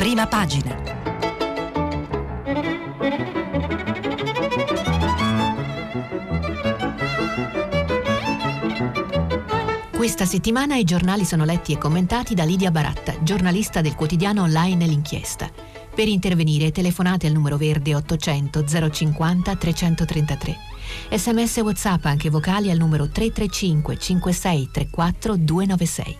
Prima pagina. Questa settimana i giornali sono letti e commentati da Lidia Baratta, giornalista del quotidiano online L'Inchiesta. Per intervenire telefonate al numero verde 800 050 333. SMS WhatsApp anche vocali al numero 335 56 34 296.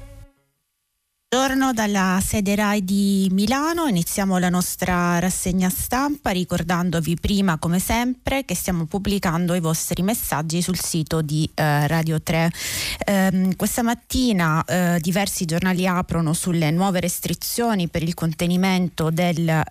Buongiorno dalla sede RAI di Milano, iniziamo la nostra rassegna stampa ricordandovi prima come sempre che stiamo pubblicando i vostri messaggi sul sito di Radio 3. Questa mattina diversi giornali aprono sulle nuove restrizioni per il contenimento del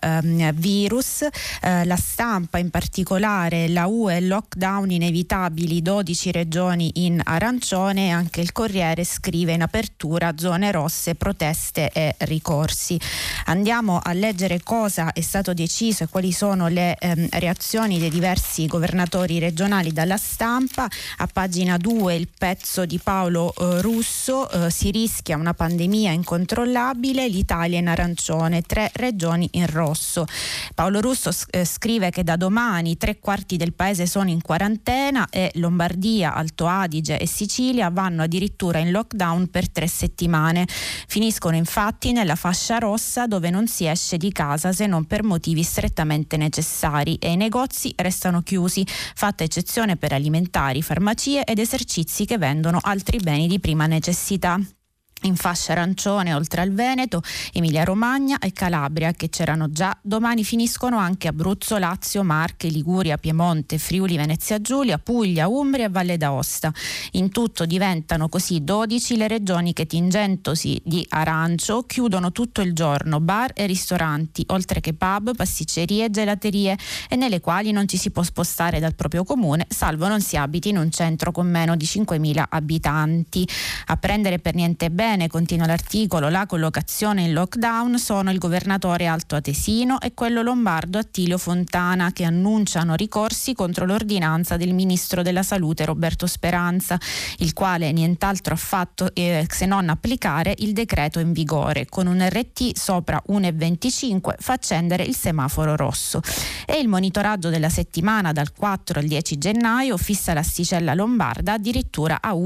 virus, La Stampa in particolare, la UE, lockdown inevitabili, 12 regioni in arancione, e anche il Corriere scrive in apertura zone rosse, proteste e ricorsi. Andiamo a leggere cosa è stato deciso e quali sono le reazioni dei diversi governatori regionali dalla Stampa. A pagina 2 il pezzo di Paolo Russo, si rischia una pandemia incontrollabile, l'Italia in arancione, 3 regioni in rosso. Paolo Russo scrive che da domani 3/4 del paese sono in quarantena e Lombardia, Alto Adige e Sicilia vanno addirittura in lockdown per 3 settimane. Finiscono infatti nella fascia rossa, dove non si esce di casa se non per motivi strettamente necessari, e i negozi restano chiusi, fatta eccezione per alimentari, farmacie ed esercizi che vendono altri beni di prima necessità. In fascia arancione, oltre al Veneto, Emilia-Romagna e Calabria, che c'erano già, domani finiscono anche Abruzzo, Lazio, Marche, Liguria, Piemonte, Friuli, Venezia Giulia, Puglia, Umbria e Valle d'Aosta. In tutto diventano così 12 le regioni che, tingendosi di arancio, chiudono tutto il giorno bar e ristoranti, oltre che pub, pasticcerie e gelaterie, e nelle quali non ci si può spostare dal proprio comune, salvo non si abiti in un centro con meno di 5.000 abitanti. A prendere per niente bene, continua l'articolo, la collocazione in lockdown sono il governatore altoatesino e quello lombardo Attilio Fontana, che annunciano ricorsi contro l'ordinanza del ministro della salute Roberto Speranza, il quale nient'altro ha fatto se non applicare il decreto in vigore. Con un RT sopra 1,25 fa accendere il semaforo rosso. E il monitoraggio della settimana dal 4 al 10 gennaio fissa l'asticella lombarda addirittura a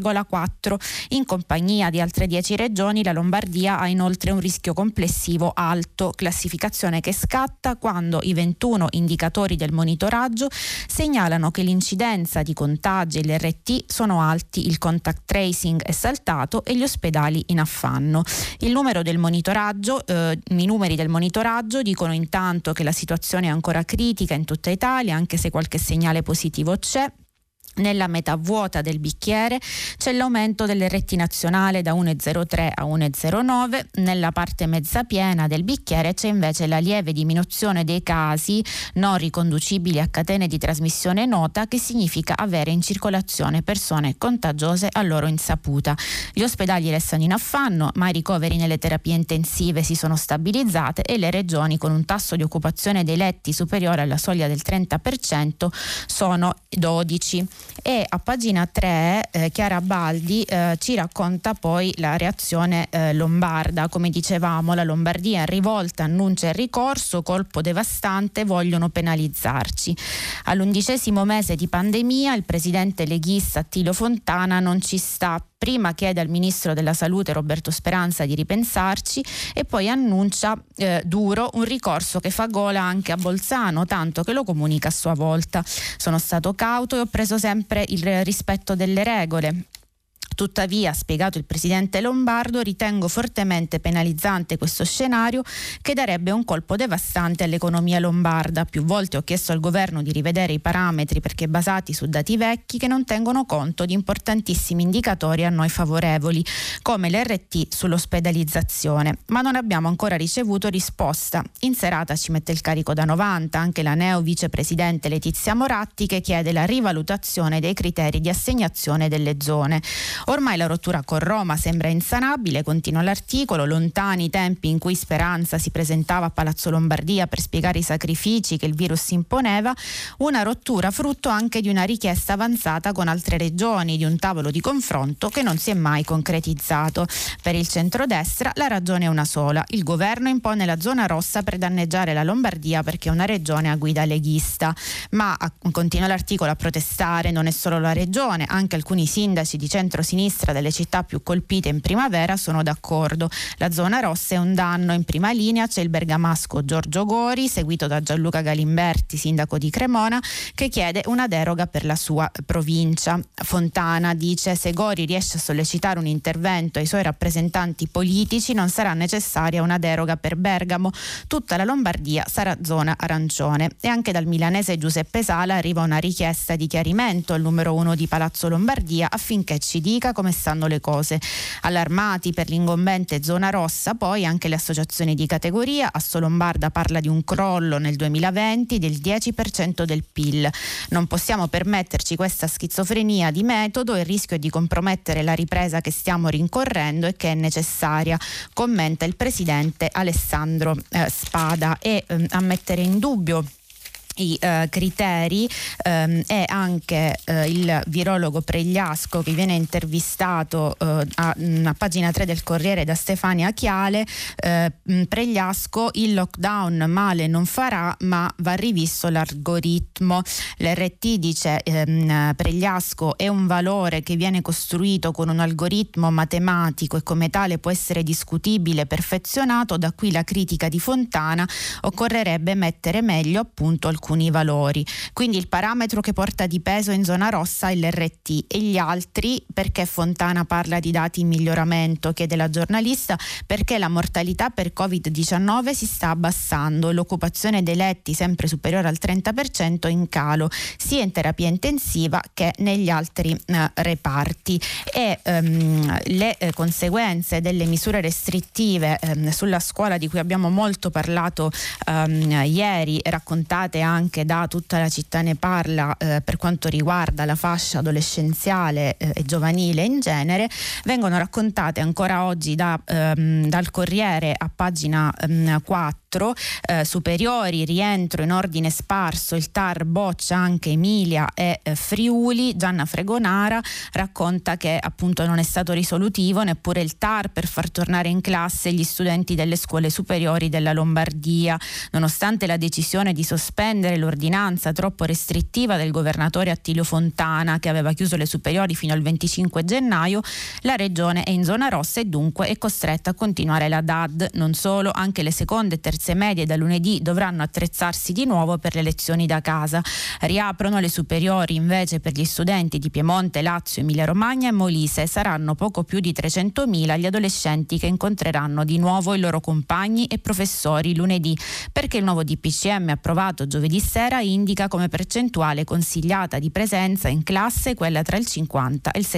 1,4. In compagnia di altre 10 regioni, la Lombardia ha inoltre un rischio complessivo alto, classificazione che scatta quando i 21 indicatori del monitoraggio segnalano che l'incidenza di contagi e l'RT sono alti, il contact tracing è saltato e gli ospedali in affanno. I numeri del monitoraggio dicono intanto che la situazione è ancora critica in tutta Italia, anche se qualche segnale positivo c'è. Nella metà vuota del bicchiere c'è l'aumento dell'RT nazionale da 1,03 a 1,09, nella parte mezza piena del bicchiere c'è invece la lieve diminuzione dei casi non riconducibili a catene di trasmissione nota, che significa avere in circolazione persone contagiose a loro insaputa. Gli ospedali restano in affanno, ma i ricoveri nelle terapie intensive si sono stabilizzate e le regioni con un tasso di occupazione dei letti superiore alla soglia del 30% sono 12. E a pagina 3 Chiara Baldi ci racconta poi la reazione lombarda. Come dicevamo, la Lombardia in rivolta annuncia il ricorso, colpo devastante, vogliono penalizzarci. All'11° mese di pandemia il presidente leghista Attilio Fontana non ci sta. Prima chiede al ministro della salute Roberto Speranza di ripensarci e poi annuncia duro un ricorso che fa gola anche a Bolzano, tanto che lo comunica a sua volta. Sono stato cauto e ho preso sempre il rispetto delle regole. Tuttavia, ha spiegato il presidente lombardo, ritengo fortemente penalizzante questo scenario che darebbe un colpo devastante all'economia lombarda. Più volte ho chiesto al governo di rivedere i parametri perché basati su dati vecchi che non tengono conto di importantissimi indicatori a noi favorevoli, come l'RT sull'ospedalizzazione. Ma non abbiamo ancora ricevuto risposta. In serata ci mette il carico da 90 anche la neo vicepresidente Letizia Moratti, che chiede la rivalutazione dei criteri di assegnazione delle zone. Ormai la rottura con Roma sembra insanabile, continua l'articolo, lontani i tempi in cui Speranza si presentava a Palazzo Lombardia per spiegare i sacrifici che il virus imponeva, una rottura frutto anche di una richiesta avanzata con altre regioni, di un tavolo di confronto che non si è mai concretizzato. Per il centrodestra la ragione è una sola: il governo impone la zona rossa per danneggiare la Lombardia perché è una regione a guida leghista. Ma continua l'articolo, a protestare non è solo la regione, anche alcuni sindaci di centrosinistra delle città più colpite in primavera sono d'accordo. La zona rossa è un danno. In prima linea c'è il bergamasco Giorgio Gori, seguito da Gianluca Galimberti, sindaco di Cremona, che chiede una deroga per la sua provincia. Fontana dice: se Gori riesce a sollecitare un intervento ai suoi rappresentanti politici non sarà necessaria una deroga per Bergamo, tutta la Lombardia sarà zona arancione. E anche dal milanese Giuseppe Sala arriva una richiesta di chiarimento al numero 1 di Palazzo Lombardia affinché ci dica come stanno le cose. Allarmati per l'ingombente zona rossa poi anche le associazioni di categoria. Assolombarda parla di un crollo nel 2020 del 10% del PIL. Non possiamo permetterci questa schizofrenia di metodo, il rischio è di compromettere la ripresa che stiamo rincorrendo e che è necessaria, commenta il presidente Alessandro Spada. E a mettere in dubbio i criteri è anche il virologo Pregliasco, che viene intervistato a pagina 3 del Corriere da Stefania Chiale. Pregliasco: il lockdown male non farà, ma va rivisto l'algoritmo. L'RT, dice Pregliasco, è un valore che viene costruito con un algoritmo matematico e come tale può essere discutibile, perfezionato. Da qui la critica di Fontana: occorrerebbe mettere meglio appunto alcuni valori. Quindi il parametro che porta di peso in zona rossa è l'RT, e gli altri, perché Fontana parla di dati in miglioramento, chiede la giornalista, perché la mortalità per Covid-19 si sta abbassando, l'occupazione dei letti sempre superiore al 30% in calo, sia in terapia intensiva che negli altri reparti. E le conseguenze delle misure restrittive sulla scuola, di cui abbiamo molto parlato ieri, raccontate anche da Tutta la città ne parla, per quanto riguarda la fascia adolescenziale e giovanile in genere, vengono raccontate ancora oggi dal Corriere a pagina 4. Superiori, rientro in ordine sparso, il TAR boccia anche Emilia e Friuli. Gianna Fregonara racconta che appunto non è stato risolutivo neppure il TAR per far tornare in classe gli studenti delle scuole superiori della Lombardia, nonostante la decisione di sospendere l'ordinanza troppo restrittiva del governatore Attilio Fontana, che aveva chiuso le superiori fino al 25 gennaio. La regione è in zona rossa e dunque è costretta a continuare la DAD. Non solo, anche le seconde e terze medie da lunedì dovranno attrezzarsi di nuovo per le lezioni da casa. Riaprono le superiori invece per gli studenti di Piemonte, Lazio, Emilia Romagna e Molise. Saranno poco più di 300.000 gli adolescenti che incontreranno di nuovo i loro compagni e professori lunedì, perché il nuovo DPCM approvato giovedì sera indica come percentuale consigliata di presenza in classe quella tra il 50 e il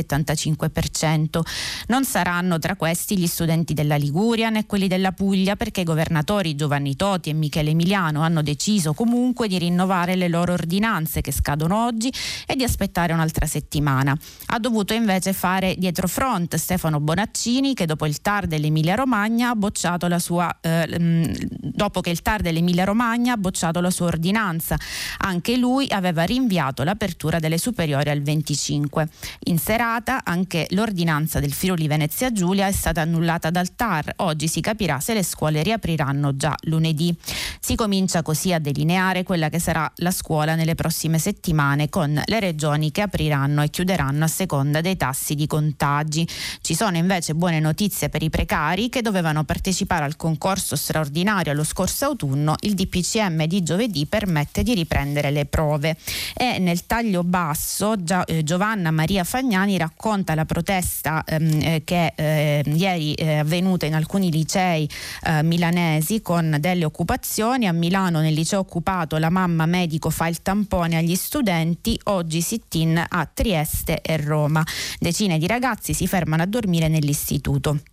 75%. Non saranno tra questi gli studenti della Liguria né quelli della Puglia, perché i governatori Giovanni Toti e Michele Emiliano hanno deciso comunque di rinnovare le loro ordinanze che scadono oggi e di aspettare un'altra settimana. Ha dovuto invece fare dietro front Stefano Bonaccini, che dopo il TAR dell'Emilia Romagna ha bocciato la sua ordinanza. Anche lui aveva rinviato l'apertura delle superiori al 25. In serata anche l'ordinanza del Friuli Venezia Giulia è stata annullata dal TAR. Oggi si capirà se le scuole riapriranno già lunedì. Si comincia così a delineare quella che sarà la scuola nelle prossime settimane, con le regioni che apriranno e chiuderanno a seconda dei tassi di contagi. Ci sono invece buone notizie per i precari che dovevano partecipare al concorso straordinario lo scorso autunno. Il DPCM di giovedì permette di riprendere le prove. E nel taglio basso Giovanna Maria Fagnani racconta la protesta che ieri è avvenuta in alcuni licei milanesi con delle occupazioni. A Milano, nel liceo occupato, la mamma medico fa il tampone agli studenti. Oggi sit-in a Trieste e Roma. Decine di ragazzi si fermano a dormire nell'istituto.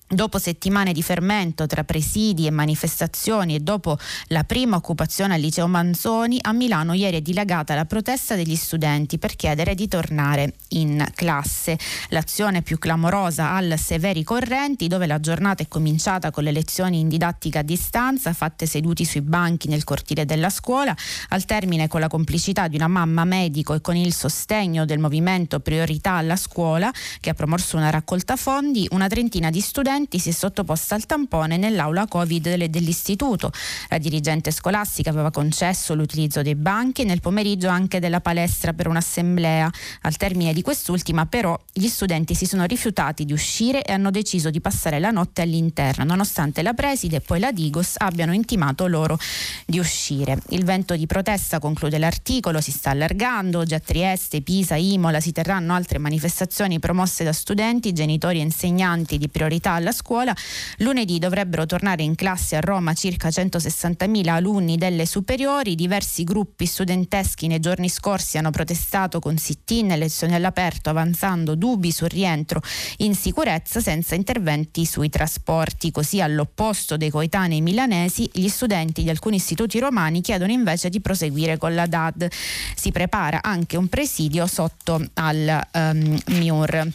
Dopo settimane di fermento tra presidi e manifestazioni e dopo la prima occupazione al liceo Manzoni, a Milano ieri è dilagata la protesta degli studenti per chiedere di tornare in classe. L'azione più clamorosa al Severi Correnti, dove la giornata è cominciata con le lezioni in didattica a distanza fatte seduti sui banchi nel cortile della scuola, al termine con la complicità di una mamma medico e con il sostegno del movimento Priorità alla Scuola, che ha promosso una raccolta fondi. Una trentina di studenti si è sottoposta al tampone nell'aula Covid dell'istituto. La dirigente scolastica aveva concesso l'utilizzo dei banchi e nel pomeriggio anche della palestra per un'assemblea. Al termine di quest'ultima, però, gli studenti si sono rifiutati di uscire e hanno deciso di passare la notte all'interno, nonostante la preside e poi la Digos abbiano intimato loro di uscire. Il vento di protesta, conclude l'articolo, si sta allargando. Già a Trieste, Pisa, Imola si terranno altre manifestazioni promosse da studenti, genitori e insegnanti di Priorità alla Scuola. Lunedì dovrebbero tornare in classe a Roma circa 160.000 alunni delle superiori. Diversi gruppi studenteschi nei giorni scorsi hanno protestato con sit-in e lezioni all'aperto, avanzando dubbi sul rientro in sicurezza senza interventi sui trasporti. Così, all'opposto dei coetanei milanesi, gli studenti di alcuni istituti romani chiedono invece di proseguire con la DAD. Si prepara anche un presidio sotto al MIUR.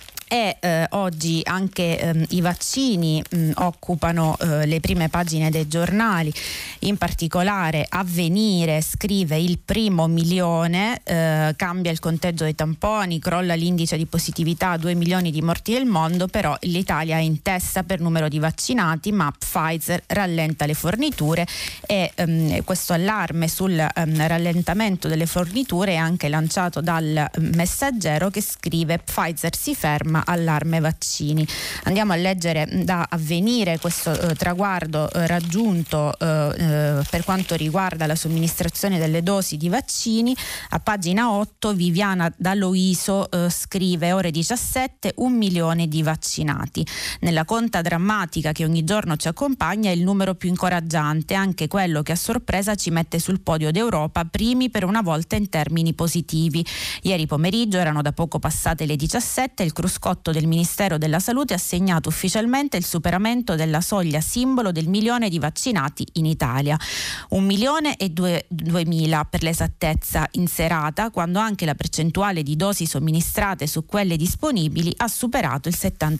E oggi anche i vaccini occupano le prime pagine dei giornali. In particolare Avvenire scrive: il primo milione, cambia il conteggio dei tamponi, crolla l'indice di positività, 2 milioni di morti nel mondo, però l'Italia è in testa per numero di vaccinati, ma Pfizer rallenta le forniture e questo allarme sul rallentamento delle forniture è anche lanciato dal Messaggero, che scrive: Pfizer si ferma, allarme vaccini. Andiamo a leggere da Avvenire questo traguardo raggiunto per quanto riguarda la somministrazione delle dosi di vaccini. A pagina 8 Viviana D'Aloiso scrive: ore 17, 1 milione di vaccinati. Nella conta drammatica che ogni giorno ci accompagna è il numero più incoraggiante, anche quello che a sorpresa ci mette sul podio d'Europa, primi per una volta in termini positivi. Ieri pomeriggio erano da poco passate le 17 e il cruscotto del Ministero della Salute ha segnato ufficialmente il superamento della soglia simbolo del milione di vaccinati in Italia. 1.002.000 per l'esattezza in serata, quando anche la percentuale di dosi somministrate su quelle disponibili ha superato il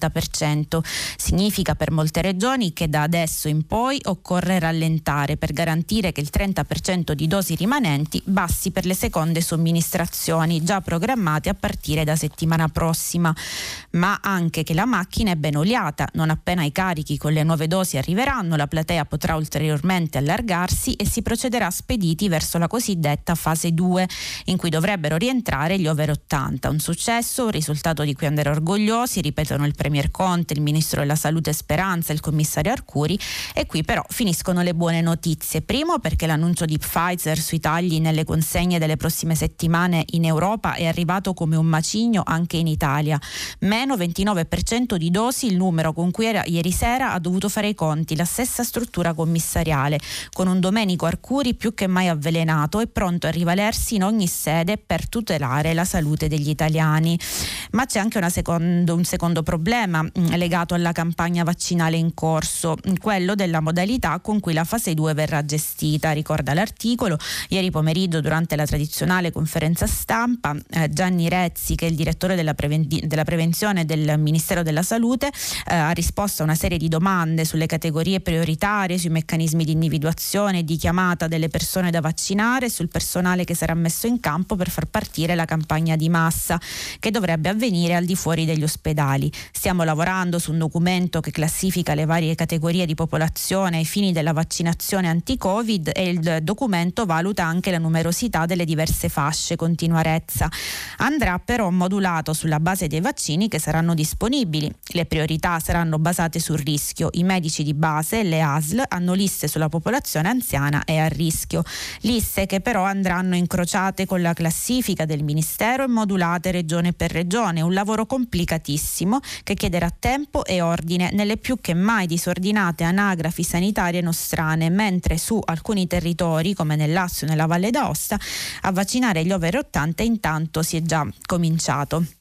70%. Significa per molte regioni che da adesso in poi occorre rallentare per garantire che il 30% di dosi rimanenti basti per le seconde somministrazioni già programmate a partire da settimana prossima. Ma anche che la macchina è ben oliata. Non appena i carichi con le nuove dosi arriveranno, la platea potrà ulteriormente allargarsi e si procederà spediti verso la cosiddetta fase 2, in cui dovrebbero rientrare gli over 80. Un successo, un risultato di cui andare orgogliosi, ripetono il Premier Conte, il Ministro della Salute Speranza e il Commissario Arcuri. E qui però finiscono le buone notizie. Primo, perché l'annuncio di Pfizer sui tagli nelle consegne delle prossime settimane in Europa è arrivato come un macigno anche in Italia. Meno 29% di dosi, il numero con cui ieri sera ha dovuto fare i conti la stessa struttura commissariale, con un Domenico Arcuri più che mai avvelenato e pronto a rivalersi in ogni sede per tutelare la salute degli italiani. Ma c'è anche un secondo problema legato alla campagna vaccinale in corso, quello della modalità con cui la fase 2 verrà gestita. Ricorda l'articolo: ieri pomeriggio, durante la tradizionale conferenza stampa, Gianni Rezzi, che è il direttore della prevenzione del Ministero della Salute, ha risposto a una serie di domande sulle categorie prioritarie, sui meccanismi di individuazione e di chiamata delle persone da vaccinare, sul personale che sarà messo in campo per far partire la campagna di massa che dovrebbe avvenire al di fuori degli ospedali. Stiamo lavorando su un documento che classifica le varie categorie di popolazione ai fini della vaccinazione anti-Covid e il documento valuta anche la numerosità delle diverse fasce, continua Rezza. Andrà però modulato sulla base dei vaccini che saranno disponibili. Le priorità saranno basate sul rischio. I medici di base e le ASL hanno liste sulla popolazione anziana e a rischio. Liste che però andranno incrociate con la classifica del Ministero e modulate regione per regione. Un lavoro complicatissimo che chiederà tempo e ordine nelle più che mai disordinate anagrafi sanitarie nostrane, mentre su alcuni territori, come nel Lazio e nella Valle d'Aosta, a vaccinare gli over 80 intanto si è già cominciato.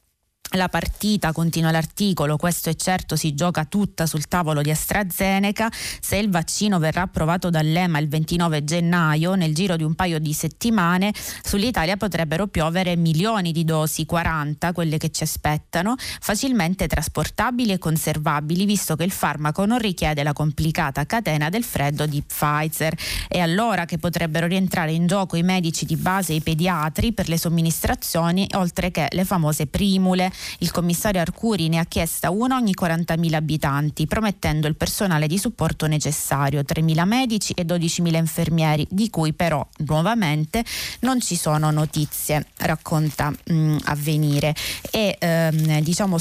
La partita, continua l'articolo, questo è certo, si gioca tutta sul tavolo di AstraZeneca. Se il vaccino verrà approvato dall'EMA il 29 gennaio, nel giro di un paio di settimane sull'Italia potrebbero piovere milioni di dosi, 40, quelle che ci aspettano, facilmente trasportabili e conservabili, visto che il farmaco non richiede la complicata catena del freddo di Pfizer. È allora che potrebbero rientrare in gioco i medici di base e i pediatri per le somministrazioni, oltre che le famose primule. Il commissario Arcuri ne ha chiesta una ogni 40.000 abitanti, promettendo il personale di supporto necessario, 3.000 medici e 12.000 infermieri, di cui però nuovamente non ci sono notizie, racconta Avvenire. E diciamo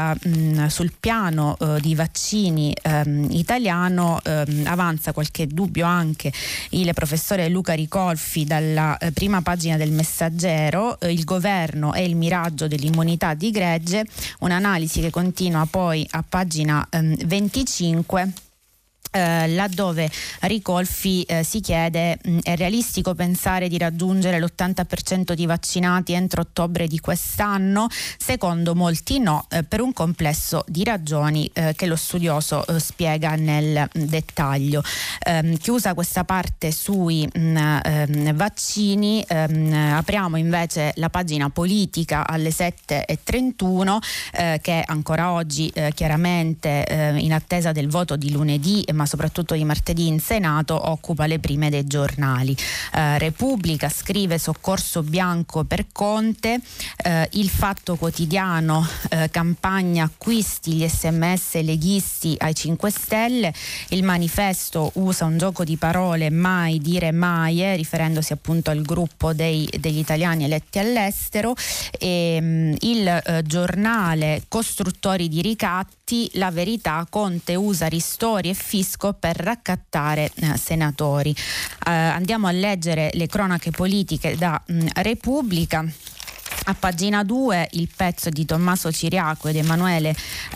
sul piano di vaccini italiano avanza qualche dubbio anche il professore Luca Ricolfi dalla prima pagina del Messaggero. Il governo è il miraggio dell'immunità di gregge, un'analisi che continua poi a pagina 25. Laddove Ricolfi si chiede: è realistico pensare di raggiungere l'80% di vaccinati entro ottobre di quest'anno? Secondo molti no, per un complesso di ragioni che lo studioso spiega nel dettaglio. Chiusa questa parte sui vaccini, apriamo invece la pagina politica alle 7:31 che ancora oggi chiaramente in attesa del voto di lunedì ma soprattutto di martedì in Senato occupa le prime dei giornali. Repubblica scrive soccorso bianco per Conte, Il Fatto Quotidiano campagna acquisti gli SMS leghisti ai 5 Stelle, il Manifesto usa un gioco di parole mai dire mai, riferendosi appunto al gruppo degli italiani eletti all'estero, e il Giornale costruttori di ricatti, La Verità, Conte usa ristori e fisco per raccattare senatori. Andiamo a leggere le cronache politiche da Repubblica. A pagina 2 il pezzo di Tommaso Ciriaco ed Emanuele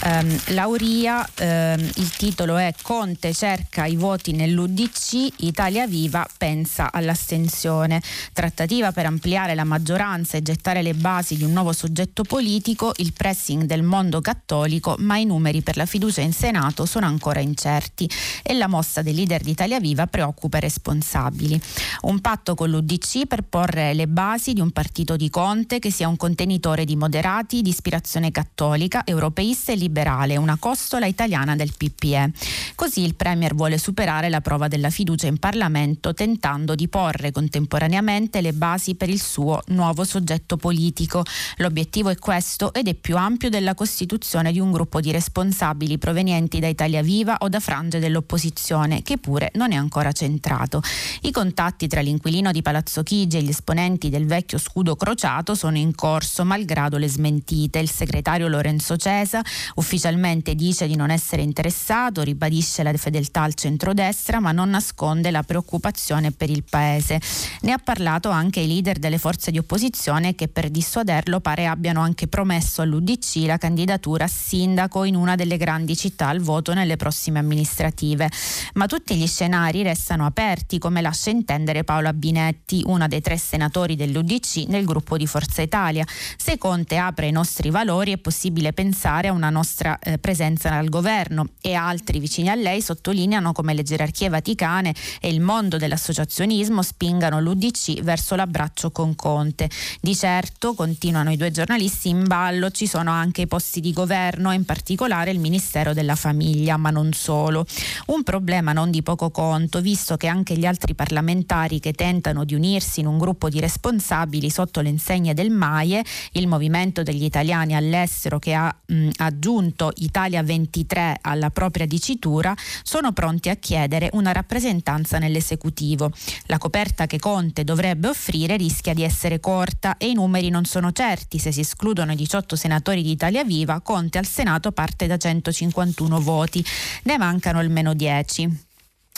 Lauria, il titolo è Conte cerca i voti nell'UDC, Italia Viva pensa all'astensione. Trattativa per ampliare la maggioranza e gettare le basi di un nuovo soggetto politico, il pressing del mondo cattolico, ma i numeri per la fiducia in Senato sono ancora incerti e la mossa del leader di Italia Viva preoccupa i responsabili. Un patto con l'UDC per porre le basi di un partito di Conte che sia un contenitore di moderati di ispirazione cattolica, europeista e liberale, una costola italiana del PPE. Così il Premier vuole superare la prova della fiducia in Parlamento, tentando di porre contemporaneamente le basi per il suo nuovo soggetto politico. L'obiettivo è questo ed è più ampio della costituzione di un gruppo di responsabili provenienti da Italia Viva o da frange dell'opposizione, che pure non è ancora centrato. I contatti tra l'inquilino di Palazzo Chigi e gli esponenti del vecchio scudo crociato sono in corso, malgrado le smentite. Il segretario Lorenzo Cesa ufficialmente dice di non essere interessato, ribadisce la fedeltà al centrodestra, ma non nasconde la preoccupazione per il paese. Ne ha parlato anche i leader delle forze di opposizione che per dissuaderlo pare abbiano anche promesso all'UDC la candidatura a sindaco in una delle grandi città al voto nelle prossime amministrative. Ma tutti gli scenari restano aperti, come lascia intendere Paola Binetti, una dei 3 senatori dell'UDC nel gruppo di Forza Italia. Se Conte apre i nostri valori è possibile pensare a una nostra presenza al governo, e altri vicini a lei sottolineano come le gerarchie vaticane e il mondo dell'associazionismo spingano l'UDC verso l'abbraccio con Conte. Di certo, continuano i 2 giornalisti, in ballo ci sono anche i posti di governo, in particolare il Ministero della Famiglia, ma non solo. Un problema non di poco conto, visto che anche gli altri parlamentari che tentano di unirsi in un gruppo di responsabili sotto le insegne del MAIE, il Movimento degli Italiani all'estero, che ha aggiunto Italia 23 alla propria dicitura, sono pronti a chiedere una rappresentanza nell'esecutivo. La coperta che Conte dovrebbe offrire rischia di essere corta e i numeri non sono certi. Se si escludono i 18 senatori di Italia Viva, Conte al Senato parte da 151 voti, ne mancano almeno 10.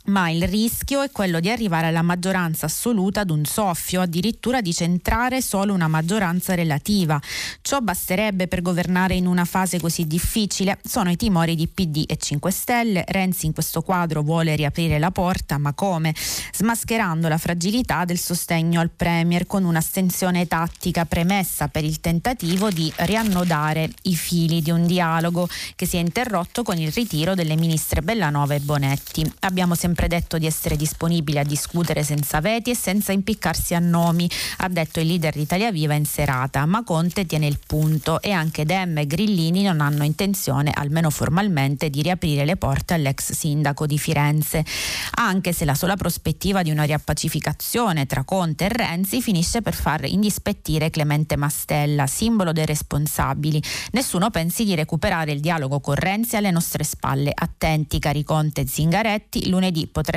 ma il rischio è quello di arrivare alla maggioranza assoluta ad un soffio, addirittura di centrare solo una maggioranza relativa. Ciò basterebbe per governare in una fase così difficile? Sono i timori di PD e 5 Stelle. Renzi in questo quadro vuole riaprire la porta, ma come? Smascherando la fragilità del sostegno al Premier con un'astensione tattica premessa per il tentativo di riannodare i fili di un dialogo che si è interrotto con il ritiro delle ministre Bellanova e Bonetti. Abbiamo sempre detto di essere disponibili a discutere senza veti e senza impiccarsi a nomi, ha detto il leader di Italia Viva in serata, ma Conte tiene il punto e anche Dem e Grillini non hanno intenzione, almeno formalmente, di riaprire le porte all'ex sindaco di Firenze, anche se la sola prospettiva di una riappacificazione tra Conte e Renzi finisce per far indispettire Clemente Mastella, simbolo dei responsabili. Nessuno pensi di recuperare il dialogo con Renzi alle nostre spalle. Attenti, cari Conte e Zingaretti, lunedì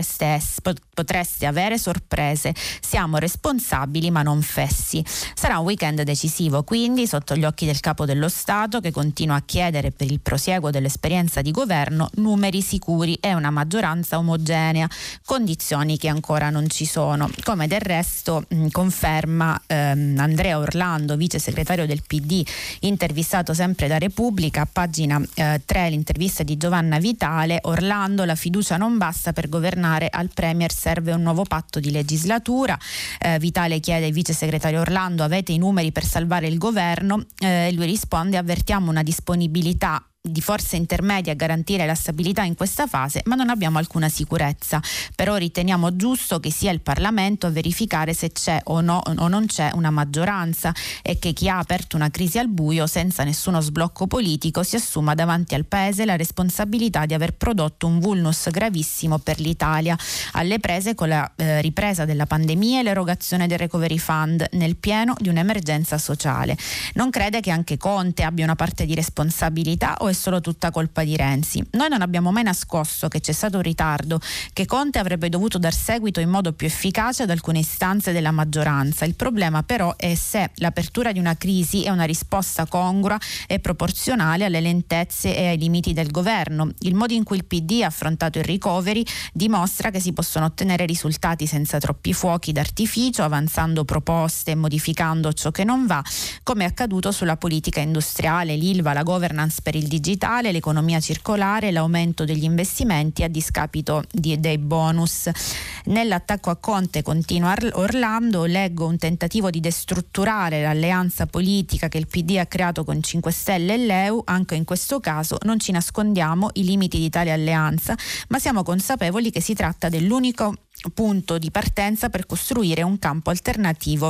potreste avere sorprese. Siamo responsabili ma non fessi. Sarà un weekend decisivo, quindi, sotto gli occhi del Capo dello Stato, che continua a chiedere per il prosieguo dell'esperienza di governo numeri sicuri e una maggioranza omogenea, condizioni che ancora non ci sono, come del resto conferma Andrea Orlando, vice segretario del PD, intervistato sempre da Repubblica. A pagina 3 l'intervista di Giovanna Vitale. Orlando: la fiducia non basta per governare, al Premier serve un nuovo patto di legislatura. Vitale chiede al vice segretario Orlando: avete i numeri per salvare il governo? Lui risponde: avvertiamo una disponibilità di forza intermedia a garantire la stabilità in questa fase, ma non abbiamo alcuna sicurezza. Però riteniamo giusto che sia il Parlamento a verificare se c'è o non c'è una maggioranza e che chi ha aperto una crisi al buio senza nessuno sblocco politico si assuma davanti al Paese la responsabilità di aver prodotto un vulnus gravissimo per l'Italia, alle prese con la ripresa della pandemia e l'erogazione del Recovery Fund nel pieno di un'emergenza sociale. Non crede che anche Conte abbia una parte di responsabilità o è solo tutta colpa di Renzi? Noi non abbiamo mai nascosto che c'è stato un ritardo, che Conte avrebbe dovuto dar seguito in modo più efficace ad alcune istanze della maggioranza. Il problema però è se l'apertura di una crisi è una risposta congrua e proporzionale alle lentezze e ai limiti del governo. Il modo in cui il PD ha affrontato il recovery dimostra che si possono ottenere risultati senza troppi fuochi d'artificio, avanzando proposte e modificando ciò che non va, come è accaduto sulla politica industriale, l'Ilva, la governance per il digitale, l'economia circolare, l'aumento degli investimenti a discapito dei bonus. Nell'attacco a Conte, continua Orlando, leggo un tentativo di destrutturare l'alleanza politica che il PD ha creato con 5 Stelle e l'EU. Anche in questo caso non ci nascondiamo i limiti di tale alleanza, ma siamo consapevoli che si tratta dell'unico punto di partenza per costruire un campo alternativo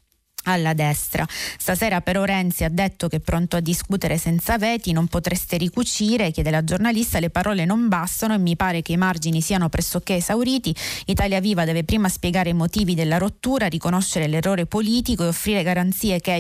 alla destra. Stasera però Renzi ha detto che è pronto a discutere senza veti. Non potreste ricucire, chiede la giornalista, le parole non bastano e mi pare che i margini siano pressoché esauriti. Italia Viva deve prima spiegare i motivi della rottura, riconoscere l'errore politico e offrire garanzie che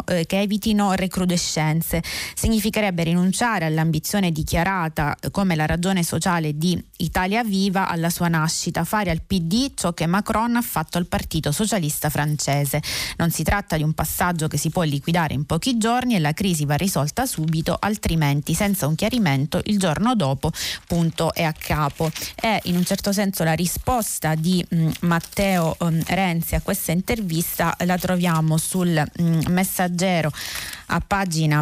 evitino recrudescenze. Significherebbe rinunciare all'ambizione dichiarata come la ragione sociale di Italia Viva alla sua nascita, fare al PD ciò che Macron ha fatto al Partito Socialista francese. Non si tratta di un passaggio che si può liquidare in pochi giorni e la crisi va risolta subito, altrimenti senza un chiarimento il giorno dopo punto è a capo. È in un certo senso la risposta di Matteo Renzi a questa intervista, la troviamo sul Messaggero a pagina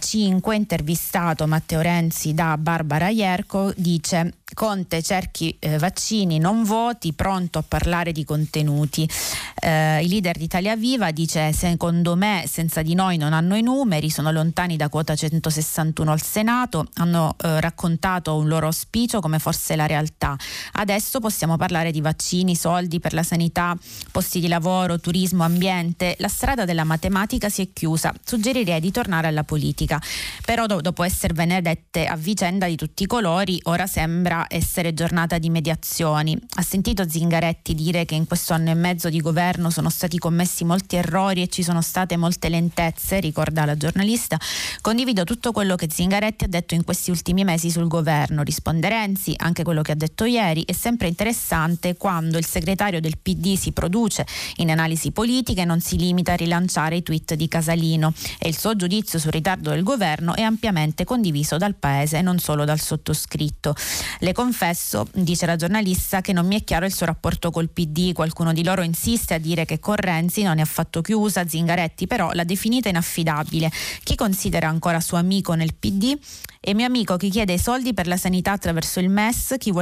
5, intervistato Matteo Renzi da Barbara Ierco, dice: Conte cerchi vaccini, non voti, pronto a parlare di contenuti. Il leader di Italia Viva dice: secondo me senza di noi non hanno i numeri, sono lontani da quota 161 al Senato, hanno raccontato un loro auspicio come fosse la realtà. Adesso possiamo parlare di vaccini, soldi per la sanità, posti di lavoro, turismo, ambiente. La strada della matematica si è chiusa. Suggerirei di tornare alla politica. Però dopo esservene dette a vicenda di tutti i colori, ora sembra essere giornata di mediazioni. Ha sentito Zingaretti dire che in questo anno e mezzo di governo sono stati commessi molti errori e ci sono state molte lentezze, ricorda la giornalista. Condivido tutto quello che Zingaretti ha detto in questi ultimi mesi sul governo, risponde Renzi, anche quello che ha detto ieri. È sempre interessante quando il segretario del PD si produce in analisi politiche e non si limita a rilanciare i tweet di Casalino, e il suo giudizio sul ritardo del governo è ampiamente condiviso dal Paese e non solo dal sottoscritto. Le confesso, dice la giornalista, che non mi è chiaro il suo rapporto col PD. Qualcuno di loro insiste a dire che con Renzi non è affatto chiusa, Zingaretti però l'ha definita inaffidabile. Chi considera ancora suo amico nel PD? E mio amico chi chiede i soldi per la sanità attraverso il MES, chi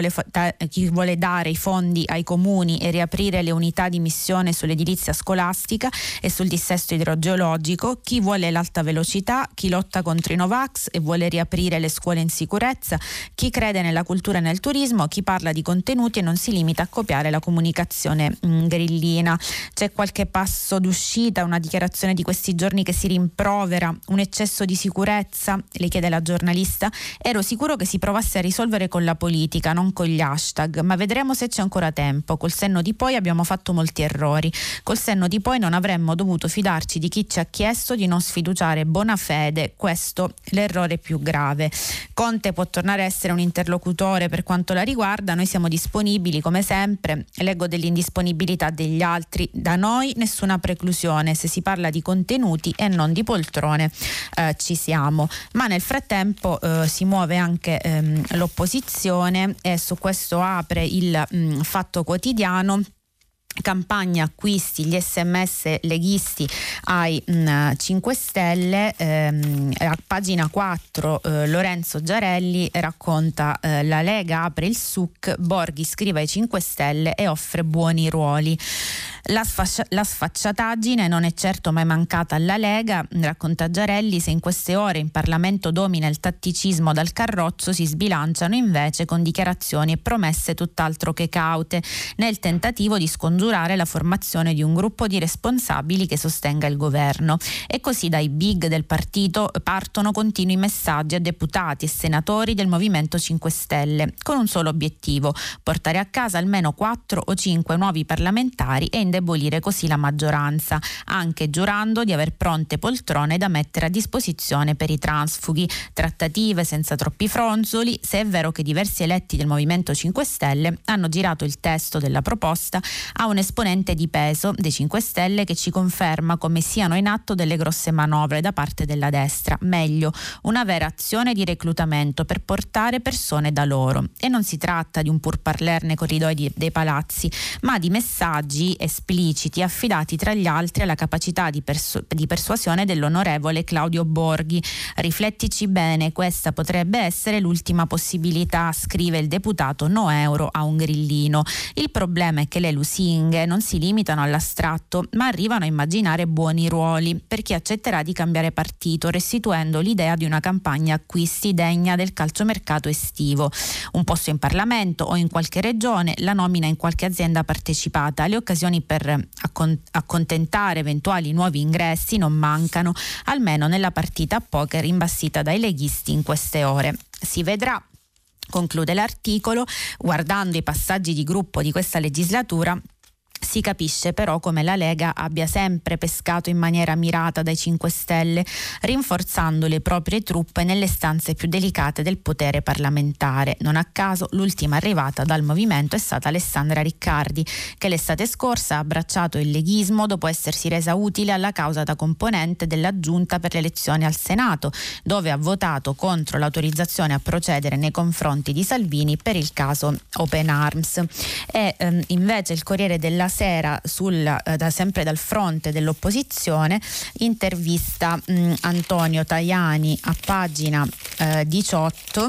vuole dare i fondi ai comuni e riaprire le unità di missione sull'edilizia scolastica e sul dissesto idrogeologico, chi vuole l'alta velocità, chi lotta contro i Novax e vuole riaprire le scuole in sicurezza, chi crede nella cultura e nel turismo, chi parla di contenuti e non si limita a copiare la comunicazione grillina. C'è qualche passo d'uscita, una dichiarazione di questi giorni che si rimprovera un eccesso di sicurezza? Le chiede la giornalista. Ero sicuro che si provasse a risolvere con la politica, non con gli hashtag, ma vedremo se c'è ancora tempo. Col senno di poi abbiamo fatto molti errori. Col senno di poi non avremmo dovuto fidarci di chi ci ha chiesto di non sfiduciare Bonafede. Questo è l'errore più grave. Conte può tornare a essere un interlocutore per quanto la riguarda. Noi siamo disponibili come sempre. Leggo dell'indisponibilità degli altri. Da noi nessuna preclusione. Se si parla di contenuti e non di poltrone ci siamo. Ma nel frattempo si muove anche l'opposizione e su questo apre il Fatto Quotidiano. Campagna acquisti, gli SMS leghisti ai 5 Stelle, a pagina 4 Lorenzo Giarelli racconta la Lega apre il SUC, Borghi scrive ai 5 Stelle e offre buoni ruoli. La sfacciataggine non è certo mai mancata alla Lega, racconta Giarelli, se in queste ore in Parlamento domina il tatticismo dal carrozzo, si sbilanciano invece con dichiarazioni e promesse tutt'altro che caute, nel tentativo di scongiurare la formazione di un gruppo di responsabili che sostenga il governo. E così dai big del partito partono continui messaggi a deputati e senatori del Movimento 5 Stelle, con un solo obiettivo: portare a casa almeno 4 o 5 nuovi parlamentari e indebolire così la maggioranza, anche giurando di aver pronte poltrone da mettere a disposizione per i transfughi. Trattative senza troppi fronzoli, se è vero che diversi eletti del Movimento 5 Stelle hanno girato il testo della proposta a un esponente di peso dei 5 Stelle che ci conferma come siano in atto delle grosse manovre da parte della destra, meglio, una vera azione di reclutamento per portare persone da loro. E non si tratta di un pourparlers nei corridoi dei palazzi, ma di messaggi espliciti affidati tra gli altri alla capacità di persuasione dell'onorevole Claudio Borghi. Riflettici bene, questa potrebbe essere l'ultima possibilità, scrive il deputato No Euro a un grillino. Il problema è che le lusinghe non si limitano all'astratto, ma arrivano a immaginare buoni ruoli per chi accetterà di cambiare partito, restituendo l'idea di una campagna acquisti degna del calciomercato estivo. Un posto in Parlamento o in qualche regione, la nomina in qualche azienda partecipata. Le occasioni per accontentare eventuali nuovi ingressi non mancano, almeno nella partita a poker imbastita dai leghisti in queste ore. Si vedrà. Conclude l'articolo, guardando i passaggi di gruppo di questa legislatura. Si capisce però come la Lega abbia sempre pescato in maniera mirata dai 5 Stelle, rinforzando le proprie truppe nelle stanze più delicate del potere parlamentare. Non a caso l'ultima arrivata dal movimento è stata Alessandra Riccardi, che l'estate scorsa ha abbracciato il leghismo dopo essersi resa utile alla causa da componente della Giunta per le elezioni al Senato, dove ha votato contro l'autorizzazione a procedere nei confronti di Salvini per il caso Open Arms. E invece il Corriere della Sera, sempre dal fronte dell'opposizione, intervista Antonio Tajani a pagina 18.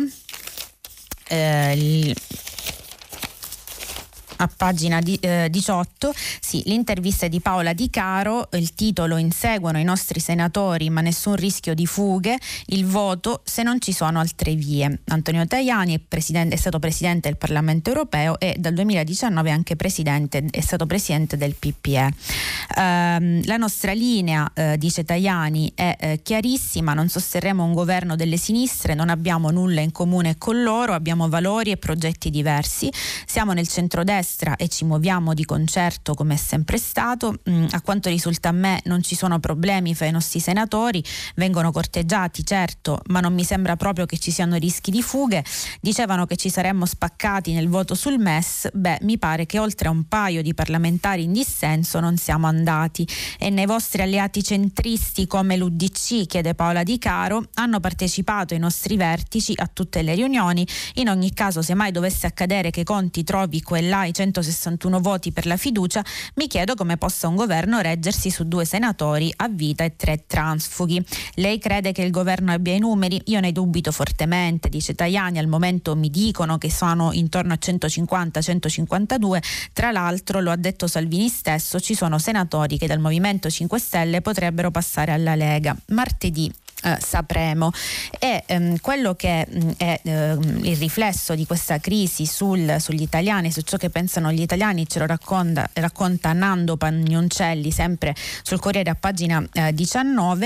A pagina 18, sì, l'intervista è di Paola Di Caro, il titolo: inseguono i nostri senatori ma nessun rischio di fughe, il voto se non ci sono altre vie. Antonio Tajani è stato presidente del Parlamento europeo e dal 2019 anche è stato presidente del PPE. La nostra linea, dice Tajani, è chiarissima: non sosterremo un governo delle sinistre, non abbiamo nulla in comune con loro, abbiamo valori e progetti diversi, siamo nel centrodestra destra e ci muoviamo di concerto come è sempre stato. A quanto risulta a me non ci sono problemi fra i nostri senatori, vengono corteggiati certo, ma non mi sembra proprio che ci siano rischi di fughe. Dicevano che ci saremmo spaccati nel voto sul MES, mi pare che oltre a un paio di parlamentari in dissenso non siamo andati, e nei vostri alleati centristi come l'UDC, chiede Paola Di Caro, hanno partecipato ai nostri vertici a tutte le riunioni. In ogni caso, se mai dovesse accadere che Conti trovi quella i 161 voti per la fiducia, mi chiedo come possa un governo reggersi su 2 senatori a vita e 3 transfughi. Lei crede che il governo abbia i numeri? Io ne dubito fortemente, dice Tajani. Al momento mi dicono che sono intorno a 150-152. Tra l'altro, lo ha detto Salvini stesso, ci sono senatori che dal Movimento 5 Stelle potrebbero passare alla Lega. Martedì sapremo. E quello che è il riflesso di questa crisi sugli italiani, su ciò che pensano gli italiani, ce lo racconta Nando Pagnoncelli sempre sul Corriere a pagina 19.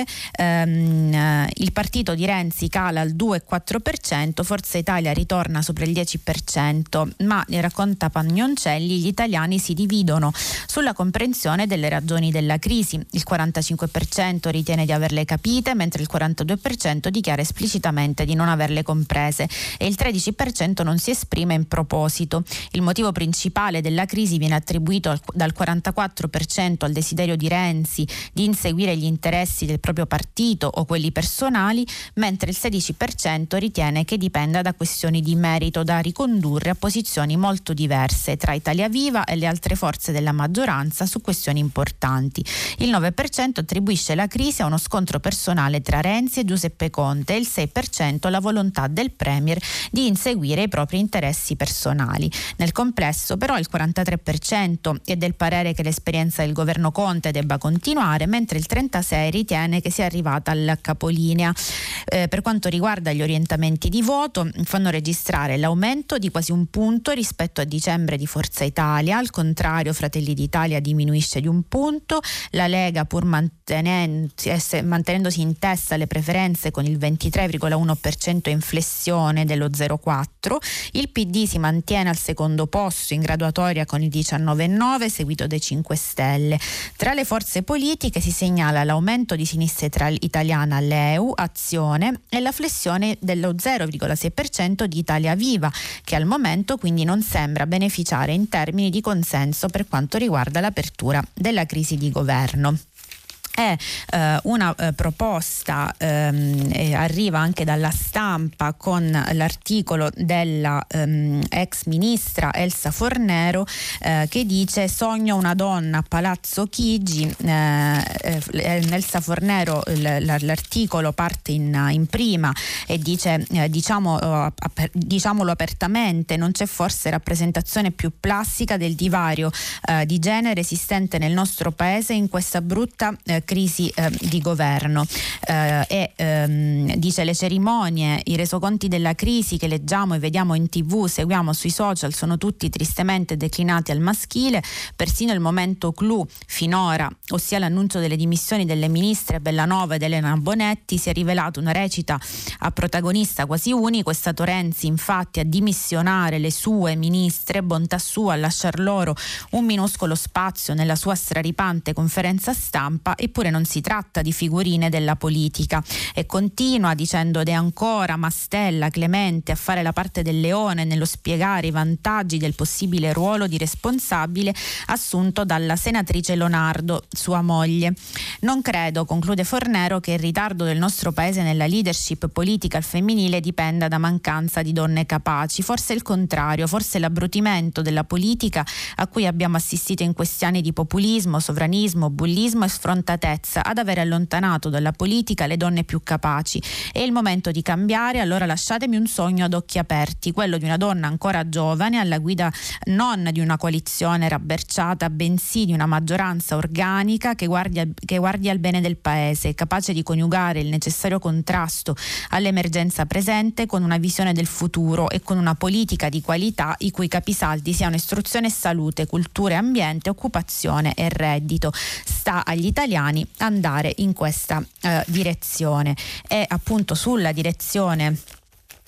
Il partito di Renzi cala al 2,4%, Forza Italia ritorna sopra il 10%, ma racconta Pagnoncelli, gli italiani si dividono sulla comprensione delle ragioni della crisi. Il 45% ritiene di averle capite, mentre il 42% dichiara esplicitamente di non averle comprese e il 13% non si esprime in proposito. Il motivo principale della crisi viene attribuito dal 44% al desiderio di Renzi di inseguire gli interessi del proprio partito o quelli personali, mentre il 16% ritiene che dipenda da questioni di merito da ricondurre a posizioni molto diverse tra Italia Viva e le altre forze della maggioranza su questioni importanti. Il 9% attribuisce la crisi a uno scontro personale tra Renzi e Giuseppe Conte e il 6% alla volontà del Premier di inseguire i propri interessi personali. Nel complesso però il 43% è del parere che l'esperienza del governo Conte debba continuare, mentre il 36% ritiene che sia arrivata al capolinea. Per quanto riguarda gli orientamenti di voto, fanno registrare l'aumento di quasi 1 punto rispetto a dicembre di Forza Italia. Al contrario, Fratelli d'Italia diminuisce di 1 punto, la Lega, pur mantenendosi in testa alle preferenze con il 23,1% in flessione dello 0,4%, il PD si mantiene al secondo posto in graduatoria con il 19,9%, seguito dai 5 Stelle. Tra le forze politiche si segnala l'aumento di Sinistra Italiana, l'EU, Azione, e la flessione dello 0,6% di Italia Viva, che al momento quindi non sembra beneficiare in termini di consenso per quanto riguarda l'apertura della crisi di governo. È una proposta, arriva anche dalla Stampa con l'articolo della ex ministra Elsa Fornero che dice: sogno una donna a Palazzo Chigi. Elsa Fornero, l'articolo parte in prima e dice diciamolo apertamente, non c'è forse rappresentazione più plastica del divario di genere esistente nel nostro paese in questa brutta crisi di governo. Dice: le cerimonie, i resoconti della crisi che leggiamo e vediamo in TV, seguiamo sui social, sono tutti tristemente declinati al maschile. Persino il momento clou finora, ossia l'annuncio delle dimissioni delle ministre Bellanova ed Elena Bonetti, si è rivelato una recita a protagonista quasi unico. È stato Renzi infatti a dimissionare le sue ministre, bontà sua a lasciar loro un minuscolo spazio nella sua straripante conferenza stampa. Eppure non si tratta di figurine della politica. E continua dicendo: ed è ancora Mastella, Clemente, a fare la parte del leone nello spiegare i vantaggi del possibile ruolo di responsabile assunto dalla senatrice Lonardo, sua moglie. Non credo, conclude Fornero, che il ritardo del nostro paese nella leadership politica al femminile dipenda da mancanza di donne capaci. Forse il contrario, forse l'abbrutimento della politica a cui abbiamo assistito in questi anni di populismo, sovranismo, bullismo e sfrontatezza ad aver allontanato dalla politica le donne più capaci. È il momento di cambiare. Allora lasciatemi un sogno ad occhi aperti, quello di una donna ancora giovane alla guida non di una coalizione rabberciata, bensì di una maggioranza organica che guardi al bene del paese, capace di coniugare il necessario contrasto all'emergenza presente con una visione del futuro e con una politica di qualità i cui capisaldi siano istruzione e salute, cultura e ambiente, occupazione e reddito. Sta agli italiani andare in questa direzione. E appunto sulla direzione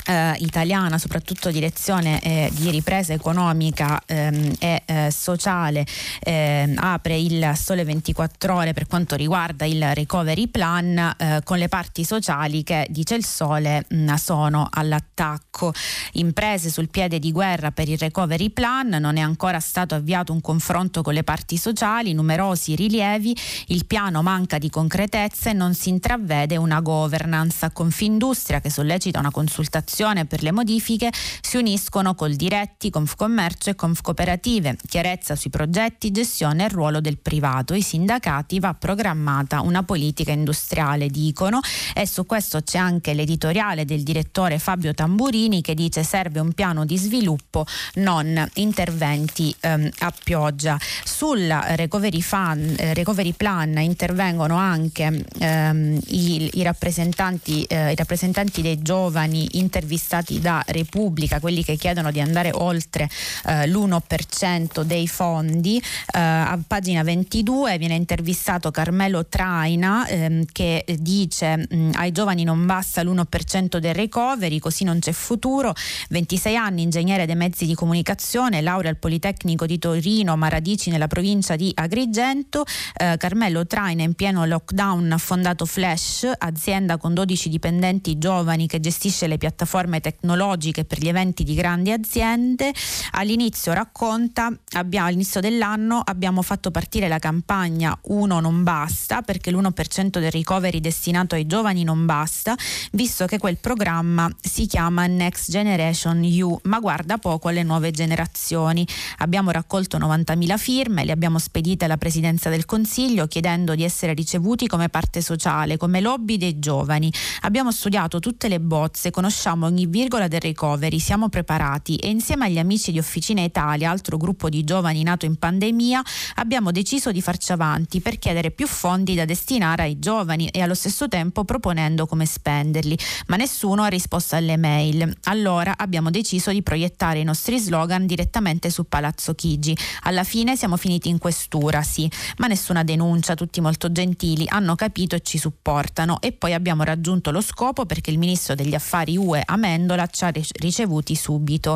italiana, soprattutto direzione di ripresa economica e sociale, apre il Sole 24 Ore per quanto riguarda il recovery plan, con le parti sociali che, dice il Sole, sono all'attacco. Imprese sul piede di guerra per il recovery plan, non è ancora stato avviato un confronto con le parti sociali, numerosi rilievi, il piano manca di concretezza e non si intravede una governance. A Confindustria, che sollecita una consultazione per le modifiche, si uniscono Coldiretti, Confcommercio e Confcooperative. Chiarezza sui progetti, gestione e ruolo del privato. I sindacati: va programmata una politica industriale, dicono, e su questo c'è anche l'editoriale del direttore Fabio Tamburini che dice: serve un piano di sviluppo, non interventi a pioggia. Sul recovery plan intervengono anche i rappresentanti dei giovani intervistati da Repubblica, quelli che chiedono di andare oltre l'1% dei fondi. A pagina 22 viene intervistato Carmelo Traina che dice: ai giovani non basta l'1% del recovery, così non c'è futuro. 26 anni, ingegnere dei mezzi di comunicazione, laurea al Politecnico di Torino, ma radici nella provincia di Agrigento. Carmelo Traina, in pieno lockdown, ha fondato Flash, azienda con 12 dipendenti giovani che gestisce le piattaforme tecnologiche per gli eventi di grandi aziende. All'inizio racconta: all'inizio dell'anno abbiamo fatto partire la campagna Uno non basta, perché l'1% del recovery destinato ai giovani non basta, visto che quel programma si chiama Next Generation You, ma guarda poco alle nuove generazioni. Abbiamo raccolto 90.000 firme, le abbiamo spedite alla Presidenza del Consiglio chiedendo di essere ricevuti come parte sociale, come lobby dei giovani. Abbiamo studiato tutte le bozze, conosciamo ogni virgola del recovery, siamo preparati e insieme agli amici di Officina Italia, altro gruppo di giovani nato in pandemia, abbiamo deciso di farci avanti per chiedere più fondi da destinare ai giovani e allo stesso tempo proponendo come spenderli, ma nessuno ha risposto alle mail. Allora abbiamo deciso di proiettare i nostri slogan direttamente su Palazzo Chigi. Alla fine siamo finiti in questura, sì, ma nessuna denuncia, tutti molto gentili, hanno capito e ci supportano, e poi abbiamo raggiunto lo scopo perché il ministro degli affari UE Amendola ci ha ricevuti subito.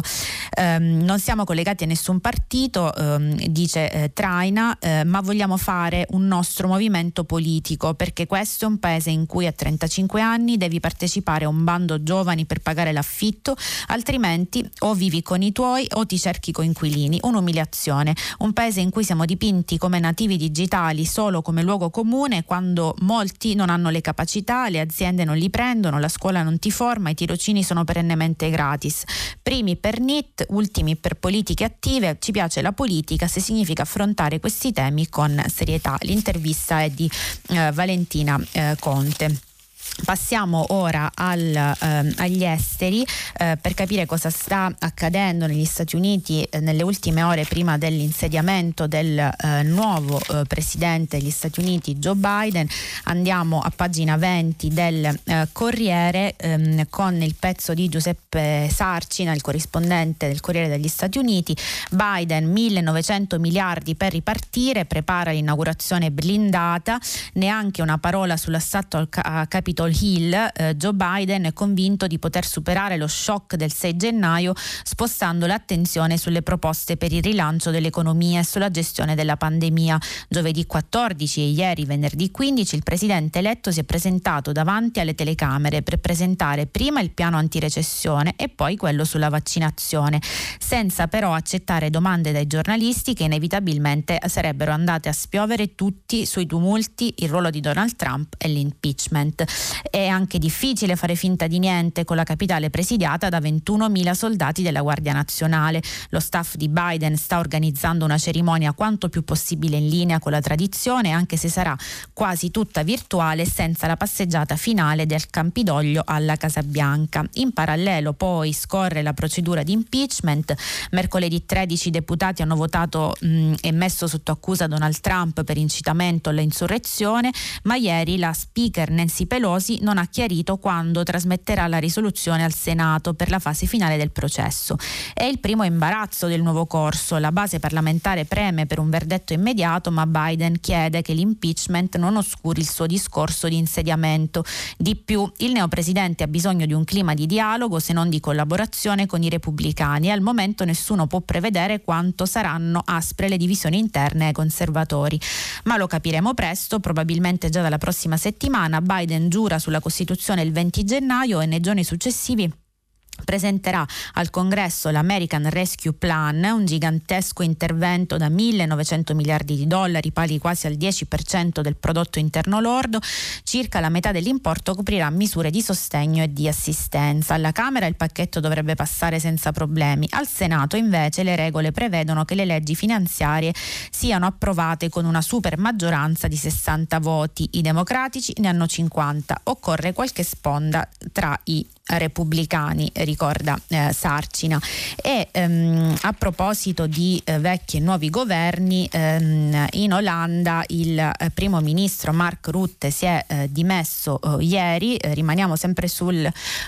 Non siamo collegati a nessun partito, dice Traina, ma vogliamo fare un nostro movimento politico, perché questo è un paese in cui a 35 anni devi partecipare a un bando giovani per pagare l'affitto, altrimenti o vivi con i tuoi o ti cerchi coinquilini. Un'umiliazione. Un paese in cui siamo dipinti come nativi digitali solo come luogo comune, quando molti non hanno le capacità, le aziende non li prendono, la scuola non ti forma, i tirocini sono perennemente gratis. Primi per NEET, ultimi per politiche attive. Ci piace la politica se significa affrontare questi temi con serietà. L'intervista è di Valentina Conte. Passiamo ora agli esteri per capire cosa sta accadendo negli Stati Uniti nelle ultime ore prima dell'insediamento del nuovo presidente degli Stati Uniti, Joe Biden. Andiamo a pagina 20 del Corriere con il pezzo di Giuseppe Sarcina, il corrispondente del Corriere degli Stati Uniti. Biden, 1.900 miliardi per ripartire, prepara l'inaugurazione blindata, neanche una parola sull'assalto a Capitol Hill. Joe Biden è convinto di poter superare lo shock del 6 gennaio spostando l'attenzione sulle proposte per il rilancio dell'economia e sulla gestione della pandemia. Giovedì 14 e ieri venerdì 15 il presidente eletto si è presentato davanti alle telecamere per presentare prima il piano antirecessione e poi quello sulla vaccinazione, senza però accettare domande dai giornalisti che inevitabilmente sarebbero andate a spiovere tutti sui tumulti, il ruolo di Donald Trump e l'impeachment. È anche difficile fare finta di niente con la capitale presidiata da 21.000 soldati della Guardia Nazionale. Lo staff di Biden sta organizzando una cerimonia quanto più possibile in linea con la tradizione, anche se sarà quasi tutta virtuale, senza la passeggiata finale del Campidoglio alla Casa Bianca. In parallelo poi scorre la procedura di impeachment. Mercoledì 13 deputati hanno votato e messo sotto accusa Donald Trump per incitamento all'insurrezione, ma ieri la speaker Nancy Pelosi Pelosi non ha chiarito quando trasmetterà la risoluzione al Senato per la fase finale del processo. È il primo imbarazzo del nuovo corso. La base parlamentare preme per un verdetto immediato, ma Biden chiede che l'impeachment non oscuri il suo discorso di insediamento. Di più, il neopresidente ha bisogno di un clima di dialogo, se non di collaborazione con i repubblicani, e al momento nessuno può prevedere quanto saranno aspre le divisioni interne ai conservatori. Ma lo capiremo presto, probabilmente già dalla prossima settimana. Biden giura sulla Costituzione il 20 gennaio e nei giorni successivi presenterà al Congresso l'American Rescue Plan, un gigantesco intervento da 1.900 miliardi di dollari, pari quasi al 10% del prodotto interno lordo. Circa la metà dell'importo coprirà misure di sostegno e di assistenza. Alla Camera il pacchetto dovrebbe passare senza problemi. Al Senato invece le regole prevedono che le leggi finanziarie siano approvate con una super maggioranza di 60 voti. I democratici ne hanno 50. Occorre qualche sponda tra i repubblicani, ricorda Sarcina. E a proposito di vecchi e nuovi governi, in Olanda il primo ministro Mark Rutte si è dimesso ieri. Rimaniamo sempre sul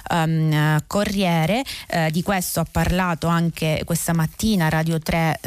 Corriere, di questo ha parlato anche questa mattina Radio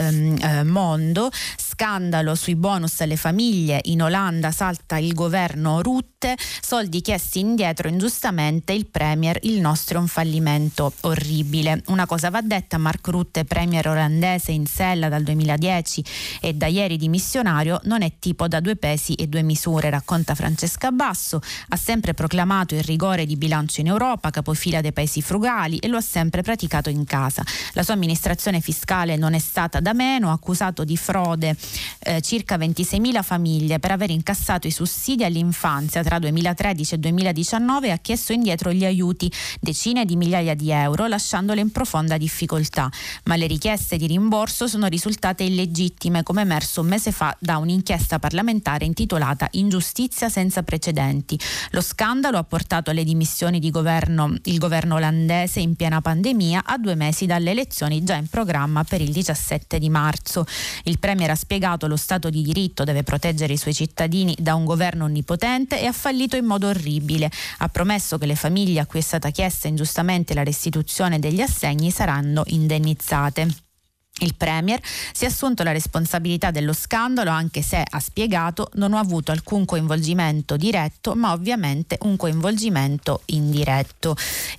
3 Mondo. Scandalo sui bonus alle famiglie, in Olanda salta il governo Rutte, soldi chiesti indietro ingiustamente, il premier, il nostro è un fallimento orribile. Una cosa va detta: Mark Rutte, premier olandese in sella dal 2010 e da ieri dimissionario, non è tipo da due pesi e due misure, racconta Francesca Basso. Ha sempre proclamato il rigore di bilancio in Europa, capofila dei paesi frugali, e lo ha sempre praticato in casa. La sua amministrazione fiscale non è stata da meno, ha accusato di frode circa 26.000 famiglie per aver incassato i sussidi all'infanzia tra 2013 e 2019 e ha chiesto indietro gli aiuti, decine di migliaia di euro, lasciandole in profonda difficoltà. Ma le richieste di rimborso sono risultate illegittime, come emerso un mese fa da un'inchiesta parlamentare intitolata Ingiustizia senza precedenti. Lo scandalo ha portato alle dimissioni di il governo olandese in piena pandemia, a 2 mesi dalle elezioni già in programma per il 17 di marzo. Il premier ha spiegato lo Stato di diritto deve proteggere i suoi cittadini da un governo onnipotente e ha fallito in modo orribile. Ha promesso che le famiglie a cui è stata chiesta ingiustamente la restituzione degli assegni saranno indennizzate. Il premier si è assunto la responsabilità dello scandalo, anche se, ha spiegato, non ho avuto alcun coinvolgimento diretto, ma ovviamente un coinvolgimento indiretto.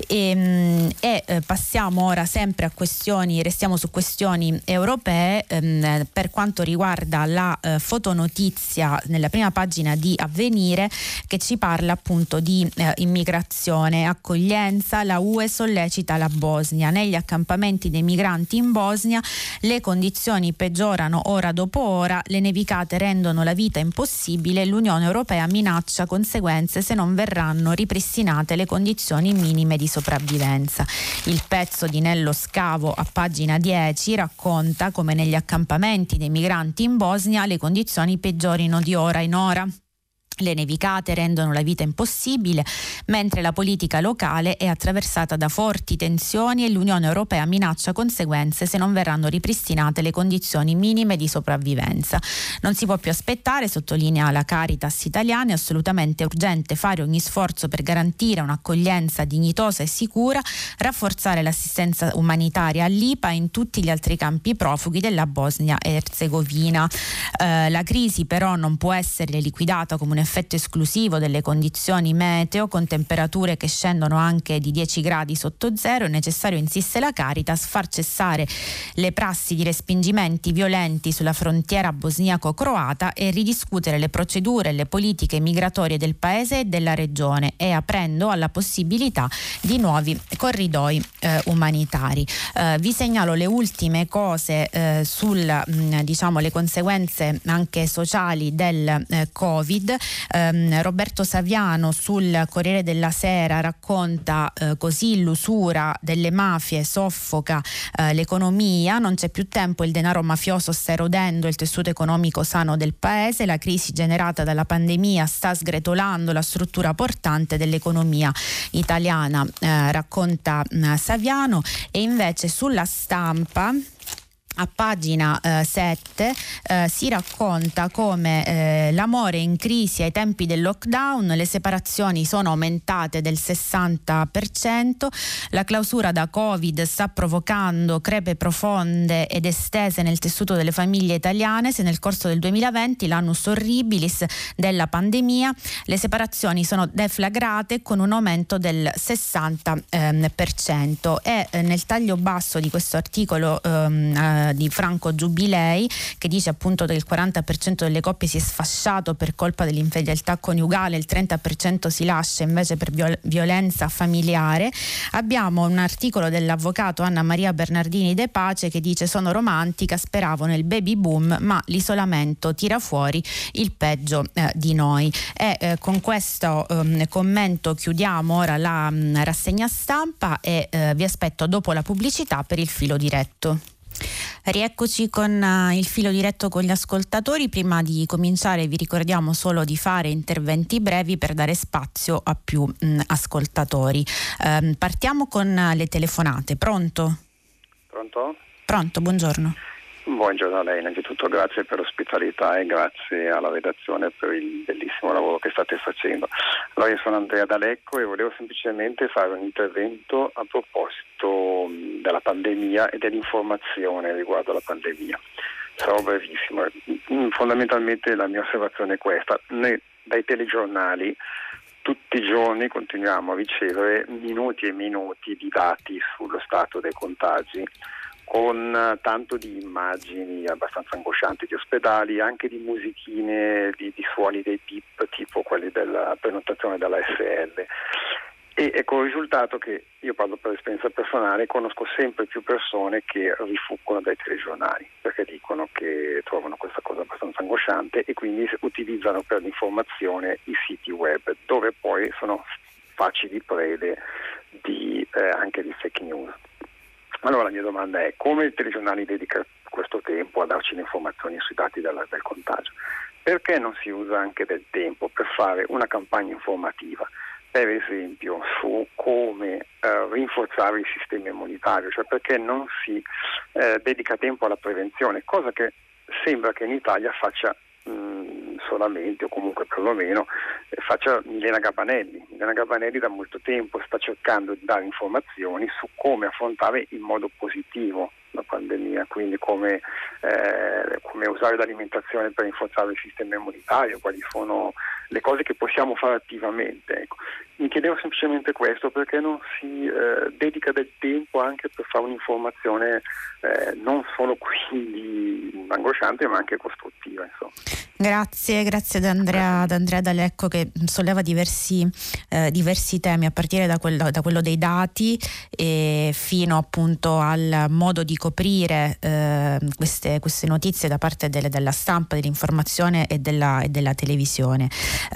Passiamo ora sempre a restiamo su questioni europee. Per quanto riguarda la fotonotizia nella prima pagina di Avvenire, che ci parla appunto di immigrazione, accoglienza. La UE sollecita la Bosnia. Negli accampamenti dei migranti in Bosnia le condizioni peggiorano ora dopo ora, le nevicate rendono la vita impossibile, l'Unione Europea minaccia conseguenze se non verranno ripristinate le condizioni minime di sopravvivenza. Il pezzo di Nello Scavo a pagina 10 racconta come negli accampamenti dei migranti in Bosnia le condizioni peggiorino di ora in ora. Le nevicate rendono la vita impossibile, mentre la politica locale è attraversata da forti tensioni e l'Unione Europea minaccia conseguenze se non verranno ripristinate le condizioni minime di sopravvivenza. Non si può più aspettare, sottolinea la Caritas italiana, è assolutamente urgente fare ogni sforzo per garantire un'accoglienza dignitosa e sicura, rafforzare l'assistenza umanitaria all'IPA e in tutti gli altri campi profughi della Bosnia e Erzegovina. La crisi però non può essere liquidata come un effetto esclusivo delle condizioni meteo, con temperature che scendono anche di 10 gradi sotto zero. È necessario, insiste la Caritas, far cessare le prassi di respingimenti violenti sulla frontiera bosniaco-croata e ridiscutere le procedure e le politiche migratorie del paese e della regione, e aprendo alla possibilità di nuovi corridoi umanitari. Vi segnalo le ultime cose le conseguenze anche sociali del Covid. Roberto Saviano sul Corriere della Sera racconta così: l'usura delle mafie soffoca l'economia, non c'è più tempo, il denaro mafioso sta erodendo il tessuto economico sano del paese, la crisi generata dalla pandemia sta sgretolando la struttura portante dell'economia italiana, racconta Saviano. E invece sulla Stampa a pagina 7 si racconta come l'amore in crisi ai tempi del lockdown, le separazioni sono aumentate del 60%, la clausura da Covid sta provocando crepe profonde ed estese nel tessuto delle famiglie italiane. Se nel corso del 2020, l'annus horribilis della pandemia, le separazioni sono deflagrate con un aumento del 60%. E nel taglio basso di questo articolo di Franco Giubilei, che dice appunto che il 40% delle coppie si è sfasciato per colpa dell'infedeltà coniugale, il 30% si lascia invece per violenza familiare, abbiamo un articolo dell'avvocato Anna Maria Bernardini De Pace che dice: sono romantica, speravo nel baby boom, ma l'isolamento tira fuori il peggio di noi. E con questo commento chiudiamo ora la rassegna stampa e vi aspetto dopo la pubblicità per il filo diretto. Rieccoci con il filo diretto con gli ascoltatori. Prima di cominciare vi ricordiamo solo di fare interventi brevi per dare spazio a più ascoltatori. Partiamo con le telefonate. Pronto? Pronto, buongiorno. Buongiorno a lei, innanzitutto grazie per l'ospitalità e grazie alla redazione per il bellissimo lavoro che state facendo. Allora, io sono Andrea D'Alecco e volevo semplicemente fare un intervento a proposito della pandemia e dell'informazione riguardo alla pandemia. Sarò brevissimo. Fondamentalmente la mia osservazione è questa: noi dai telegiornali tutti i giorni continuiamo a ricevere minuti e minuti di dati sullo stato dei contagi, con tanto di immagini abbastanza angoscianti di ospedali, anche di musichine, di suoni dei PIP, tipo quelli della prenotazione della SL. E con il risultato che, io parlo per esperienza personale, conosco sempre più persone che rifuggono dai telegiornali, perché dicono che trovano questa cosa abbastanza angosciante e quindi utilizzano per l'informazione i siti web, dove poi sono facili prede anche di fake news. Allora la mia domanda è: come il telegiornale dedica questo tempo a darci le informazioni sui dati del contagio? Perché non si usa anche del tempo per fare una campagna informativa, per esempio su come rinforzare il sistema immunitario, cioè perché non si dedica tempo alla prevenzione, cosa che sembra che in Italia faccia solamente, o comunque perlomeno faccia Milena Gabanelli. Milena Gabanelli da molto tempo sta cercando di dare informazioni su come affrontare in modo positivo la pandemia, quindi come usare l'alimentazione per rinforzare il sistema immunitario, quali sono le cose che possiamo fare attivamente. Ecco. Mi chiedevo semplicemente questo: perché non si dedica del tempo anche per fare un'informazione non solo quindi angosciante ma anche costruttiva, insomma. Grazie ad Andrea D'Alecco, che solleva diversi temi, a partire da quello dei dati fino appunto al modo di coprire queste notizie da parte della stampa, dell'informazione e della televisione.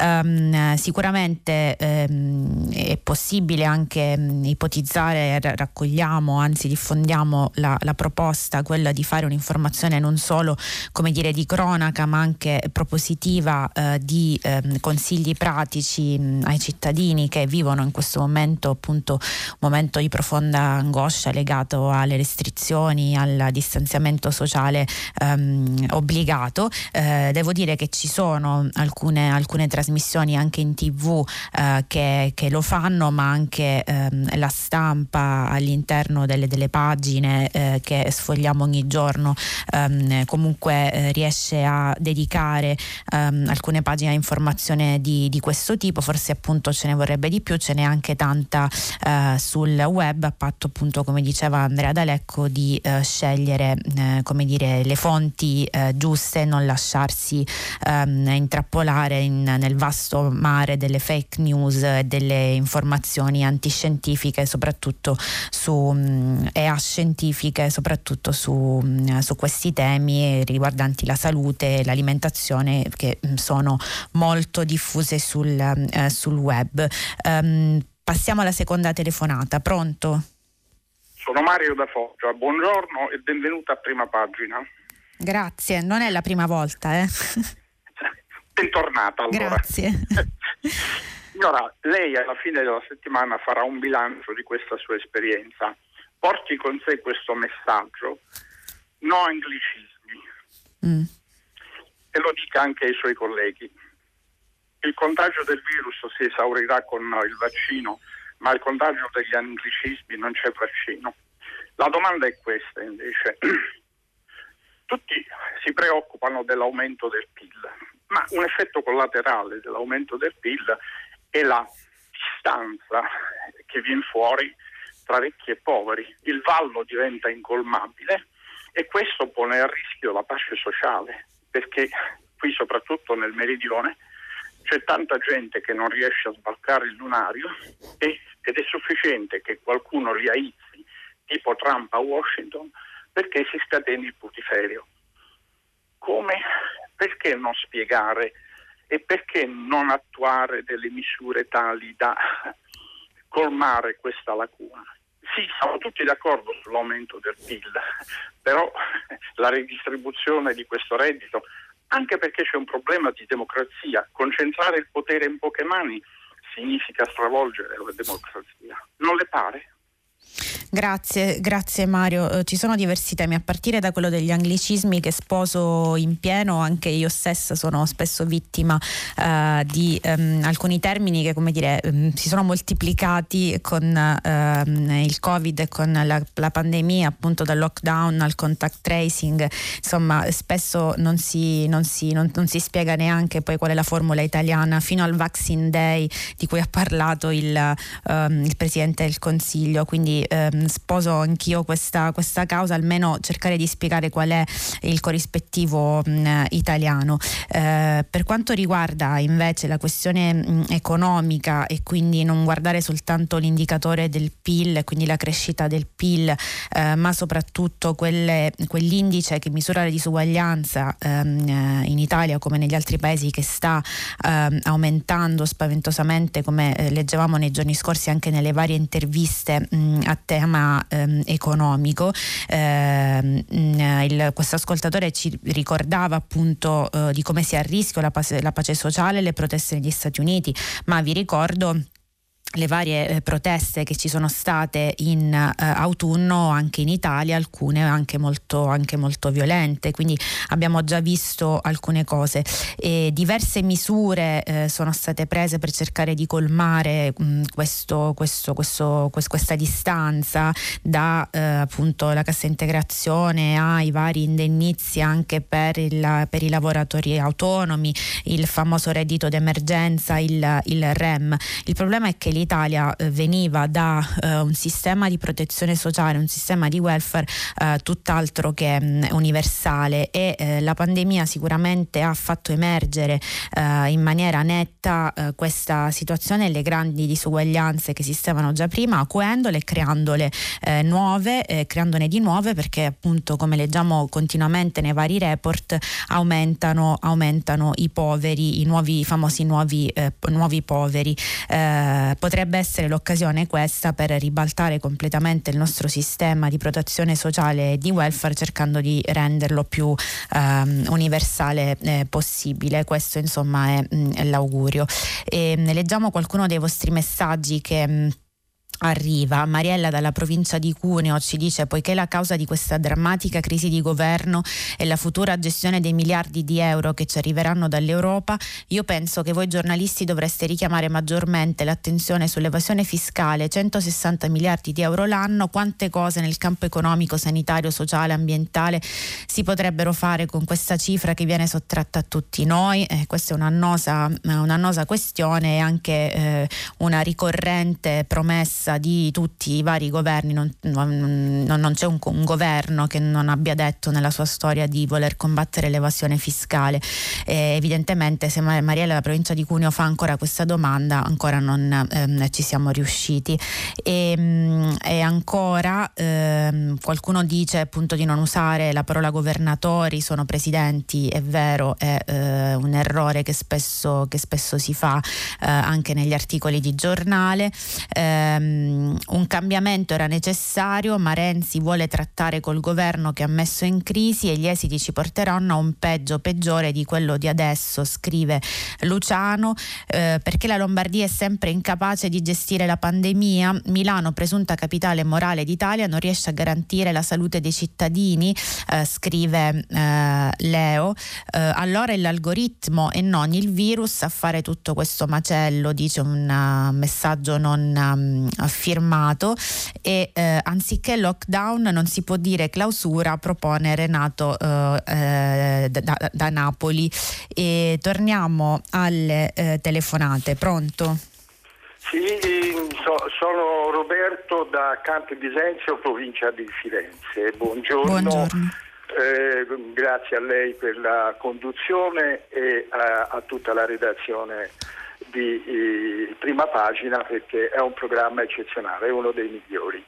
Sicuramente è possibile anche ipotizzare, raccogliamo, anzi diffondiamo la proposta, quella di fare un'informazione non solo, come dire, di cronaca, ma anche propositiva, di consigli pratici ai cittadini che vivono in questo momento, appunto, un momento di profonda angoscia legato alle restrizioni, al distanziamento sociale obbligato. Devo dire che ci sono alcune trasmissioni anche in TV che lo fanno, ma anche la stampa all'interno delle pagine che sfogliamo ogni giorno comunque riesce a dedicare alcune pagine a informazione di questo tipo. Forse appunto ce ne vorrebbe di più, ce n'è anche tanta sul web, a patto appunto, come diceva Andrea D'Alecco, di scegliere come dire le fonti giuste, non lasciarsi intrappolare nel vasto mare delle fake news e delle informazioni antiscientifiche, soprattutto e ascientifiche, soprattutto su questi temi riguardanti la salute e l'alimentazione, che sono molto diffuse sul web. Passiamo alla seconda telefonata. Pronto? Sono Mario da Foggia, buongiorno e benvenuta a Prima Pagina. Grazie, non è la prima volta. Bentornata allora. Grazie. Signora, lei alla fine della settimana farà un bilancio di questa sua esperienza. Porti con sé questo messaggio: no anglicismi. E lo dica anche ai suoi colleghi. Il contagio del virus si esaurirà con il vaccino, ma il contagio degli anglicismi non c'è vaccino. La domanda è questa invece. Tutti si preoccupano dell'aumento del PIL, ma un effetto collaterale dell'aumento del PIL è la distanza che viene fuori tra ricchi e poveri. Il vallo diventa incolmabile e questo pone a rischio la pace sociale, perché qui soprattutto nel meridione c'è tanta gente che non riesce a sbarcare il lunario ed è sufficiente che qualcuno li aizzi, tipo Trump a Washington, perché si scateni il putiferio. Come? Perché non spiegare e perché non attuare delle misure tali da colmare questa lacuna? Sì, siamo tutti d'accordo sull'aumento del PIL, però la ridistribuzione di questo reddito, anche perché c'è un problema di democrazia, concentrare il potere in poche mani significa stravolgere la democrazia. Non le pare? Grazie Mario. Ci sono diversi temi, a partire da quello degli anglicismi che sposo in pieno. Anche io stessa sono spesso vittima di alcuni termini che, come dire, si sono moltiplicati con il Covid e con la pandemia, appunto dal lockdown al contact tracing. Insomma, spesso non si spiega neanche poi qual è la formula italiana, fino al Vaccine Day di cui ha parlato il Presidente del Consiglio. Quindi sposo anch'io questa causa, almeno cercare di spiegare qual è il corrispettivo italiano. Per quanto riguarda invece la questione economica, e quindi non guardare soltanto l'indicatore del PIL, quindi la crescita del PIL, ma soprattutto quell'indice che misura la disuguaglianza in Italia come negli altri paesi, che sta aumentando spaventosamente, come leggevamo nei giorni scorsi anche nelle varie interviste a tema economico. Questo ascoltatore ci ricordava appunto di come sia a rischio la pace sociale, le proteste negli Stati Uniti, ma vi ricordo le varie proteste che ci sono state in autunno anche in Italia, alcune anche molto violente, quindi abbiamo già visto alcune cose. E diverse misure sono state prese per cercare di colmare questa distanza, da appunto la cassa integrazione ai vari indennizzi anche per i lavoratori autonomi, il famoso reddito d'emergenza, il REM. Il problema è che l'Italia veniva da un sistema di protezione sociale, un sistema di welfare tutt'altro che universale, e la pandemia sicuramente ha fatto emergere in maniera netta questa situazione e le grandi disuguaglianze che esistevano già prima, acuendole e creandone di nuove, perché appunto, come leggiamo continuamente nei vari report, aumentano i poveri, i famosi nuovi poveri. Potrebbe essere l'occasione questa per ribaltare completamente il nostro sistema di protezione sociale e di welfare, cercando di renderlo più universale possibile. Questo insomma è l'augurio. Leggiamo qualcuno dei vostri messaggi che arriva. Mariella dalla provincia di Cuneo ci dice: poiché la causa di questa drammatica crisi di governo è la futura gestione dei miliardi di euro che ci arriveranno dall'Europa, io penso che voi giornalisti dovreste richiamare maggiormente l'attenzione sull'evasione fiscale. 160 miliardi di euro l'anno, quante cose nel campo economico, sanitario, sociale, ambientale si potrebbero fare con questa cifra che viene sottratta a tutti noi. Questa è un'annosa questione, e anche una ricorrente promessa di tutti i vari governi. Non c'è un governo che non abbia detto nella sua storia di voler combattere l'evasione fiscale. Evidentemente, se Mariella della provincia di Cuneo fa ancora questa domanda, ancora non ci siamo riusciti. E ancora qualcuno dice appunto di non usare la parola governatori, sono presidenti. È vero, è un errore che spesso si fa anche negli articoli di giornale. un cambiamento era necessario, ma Renzi vuole trattare col governo che ha messo in crisi e gli esiti ci porteranno a un peggio peggiore di quello di adesso, scrive Luciano, perché la Lombardia è sempre incapace di gestire la pandemia. Milano, presunta capitale morale d'Italia, non riesce a garantire la salute dei cittadini, scrive Leo. Allora è l'algoritmo e non il virus a fare tutto questo macello, dice un messaggio non firmato. E anziché lockdown non si può dire clausura, propone Renato da Napoli. E torniamo alle telefonate. Pronto? Sì, sono Roberto da Campi Bisenzio, provincia di Firenze. Buongiorno. Grazie a lei per la conduzione e a tutta la redazione di Prima Pagina, perché è un programma eccezionale, è uno dei migliori.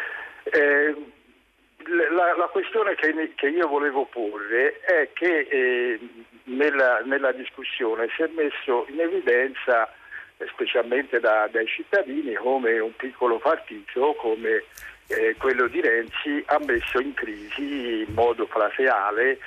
La questione che io volevo porre è che nella discussione si è messo in evidenza, specialmente dai cittadini, come un piccolo partito come quello di Renzi ha messo in crisi in modo plateale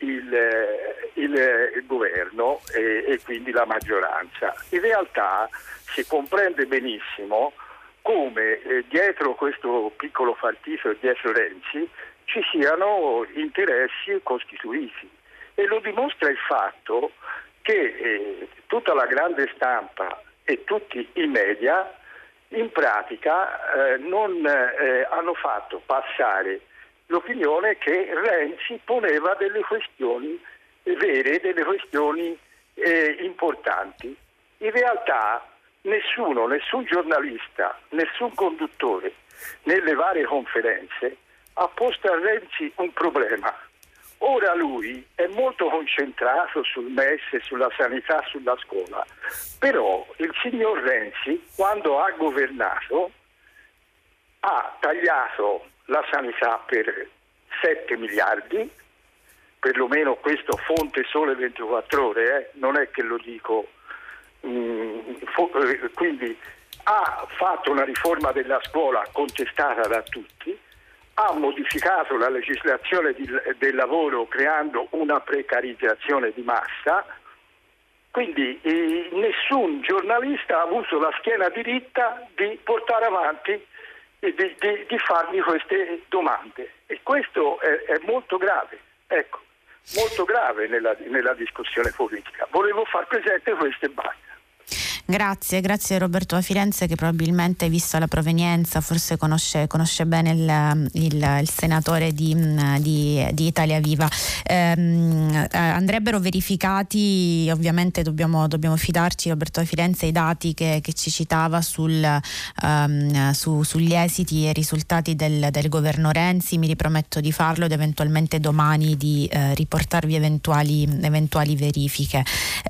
il governo e quindi la maggioranza. In realtà si comprende benissimo come dietro questo piccolo partito e dietro Renzi ci siano interessi costituiti, e lo dimostra il fatto che tutta la grande stampa e tutti i media in pratica non hanno fatto passare l'opinione che Renzi poneva delle questioni vere, delle questioni importanti. In realtà nessun giornalista, nessun conduttore nelle varie conferenze ha posto a Renzi un problema. Ora lui è molto concentrato sul MES, sulla sanità, sulla scuola, però il signor Renzi, quando ha governato, ha tagliato la sanità per 7 miliardi, perlomeno questo fonte Sole 24 Ore, non è che lo dico, quindi ha fatto una riforma della scuola contestata da tutti, ha modificato la legislazione del lavoro creando una precarizzazione di massa, quindi nessun giornalista ha avuto la schiena diritta di portare avanti e di fargli queste domande, e questo è molto grave, ecco, molto grave nella discussione politica. Volevo far presente questo e basta. Grazie Roberto da Firenze, che probabilmente, vista la provenienza, forse conosce bene il senatore di Italia Viva. Andrebbero verificati, ovviamente dobbiamo fidarci, Roberto da Firenze, i dati che ci citava sugli esiti e risultati del governo Renzi. Mi riprometto di farlo ed eventualmente domani di riportarvi eventuali verifiche.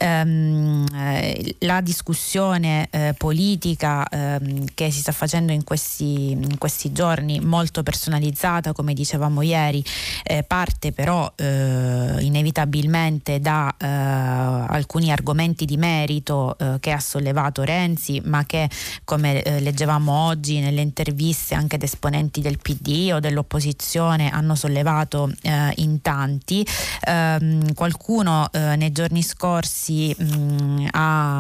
La discussione politica che si sta facendo in questi giorni, molto personalizzata, come dicevamo ieri, parte però inevitabilmente da alcuni argomenti di merito che ha sollevato Renzi, ma che, come leggevamo oggi nelle interviste anche ad esponenti del PD o dell'opposizione, hanno sollevato in tanti. Qualcuno nei giorni scorsi ha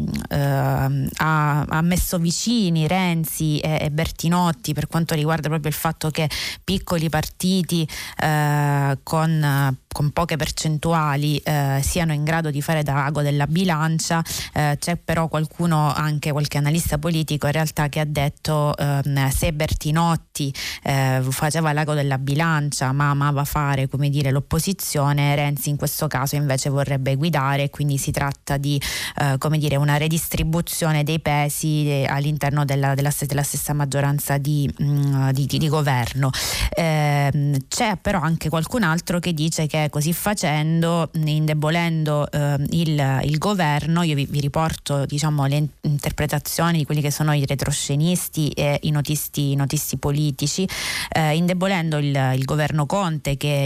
messo vicini Renzi e Bertinotti per quanto riguarda proprio il fatto che piccoli partiti con poche percentuali siano in grado di fare da ago della bilancia. C'è però qualcuno, anche qualche analista politico in realtà, che ha detto se Bertinotti faceva l'ago della bilancia ma amava fare, come dire, l'opposizione, Renzi in questo caso invece vorrebbe guidare, quindi si tratta di come dire, una redistribuzione dei pesi all'interno della stessa maggioranza di governo. C'è però anche qualcun altro che dice che così facendo, indebolendo il governo, io vi riporto, diciamo, le interpretazioni di quelli che sono i retroscenisti e i notisti politici, indebolendo il governo Conte, che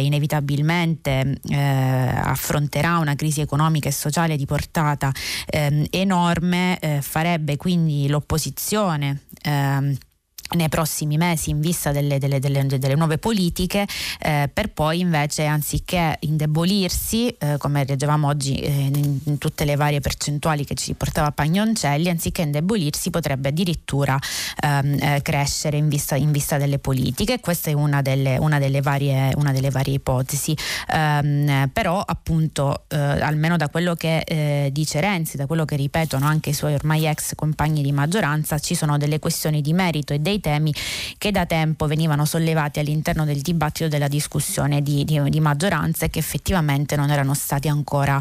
inevitabilmente affronterà una crisi economica e sociale di portata enorme, riforme farebbe quindi l'opposizione nei prossimi mesi in vista delle nuove politiche, per poi invece, anziché indebolirsi, come leggevamo oggi in tutte le varie percentuali che ci portava Pagnoncelli, anziché indebolirsi potrebbe addirittura crescere in vista delle politiche. Questa è una delle varie ipotesi, però appunto almeno da quello che dice Renzi, da quello che ripetono anche i suoi ormai ex compagni di maggioranza, ci sono delle questioni di merito e dei temi che da tempo venivano sollevati all'interno del dibattito, della discussione di maggioranza, e che effettivamente non erano stati ancora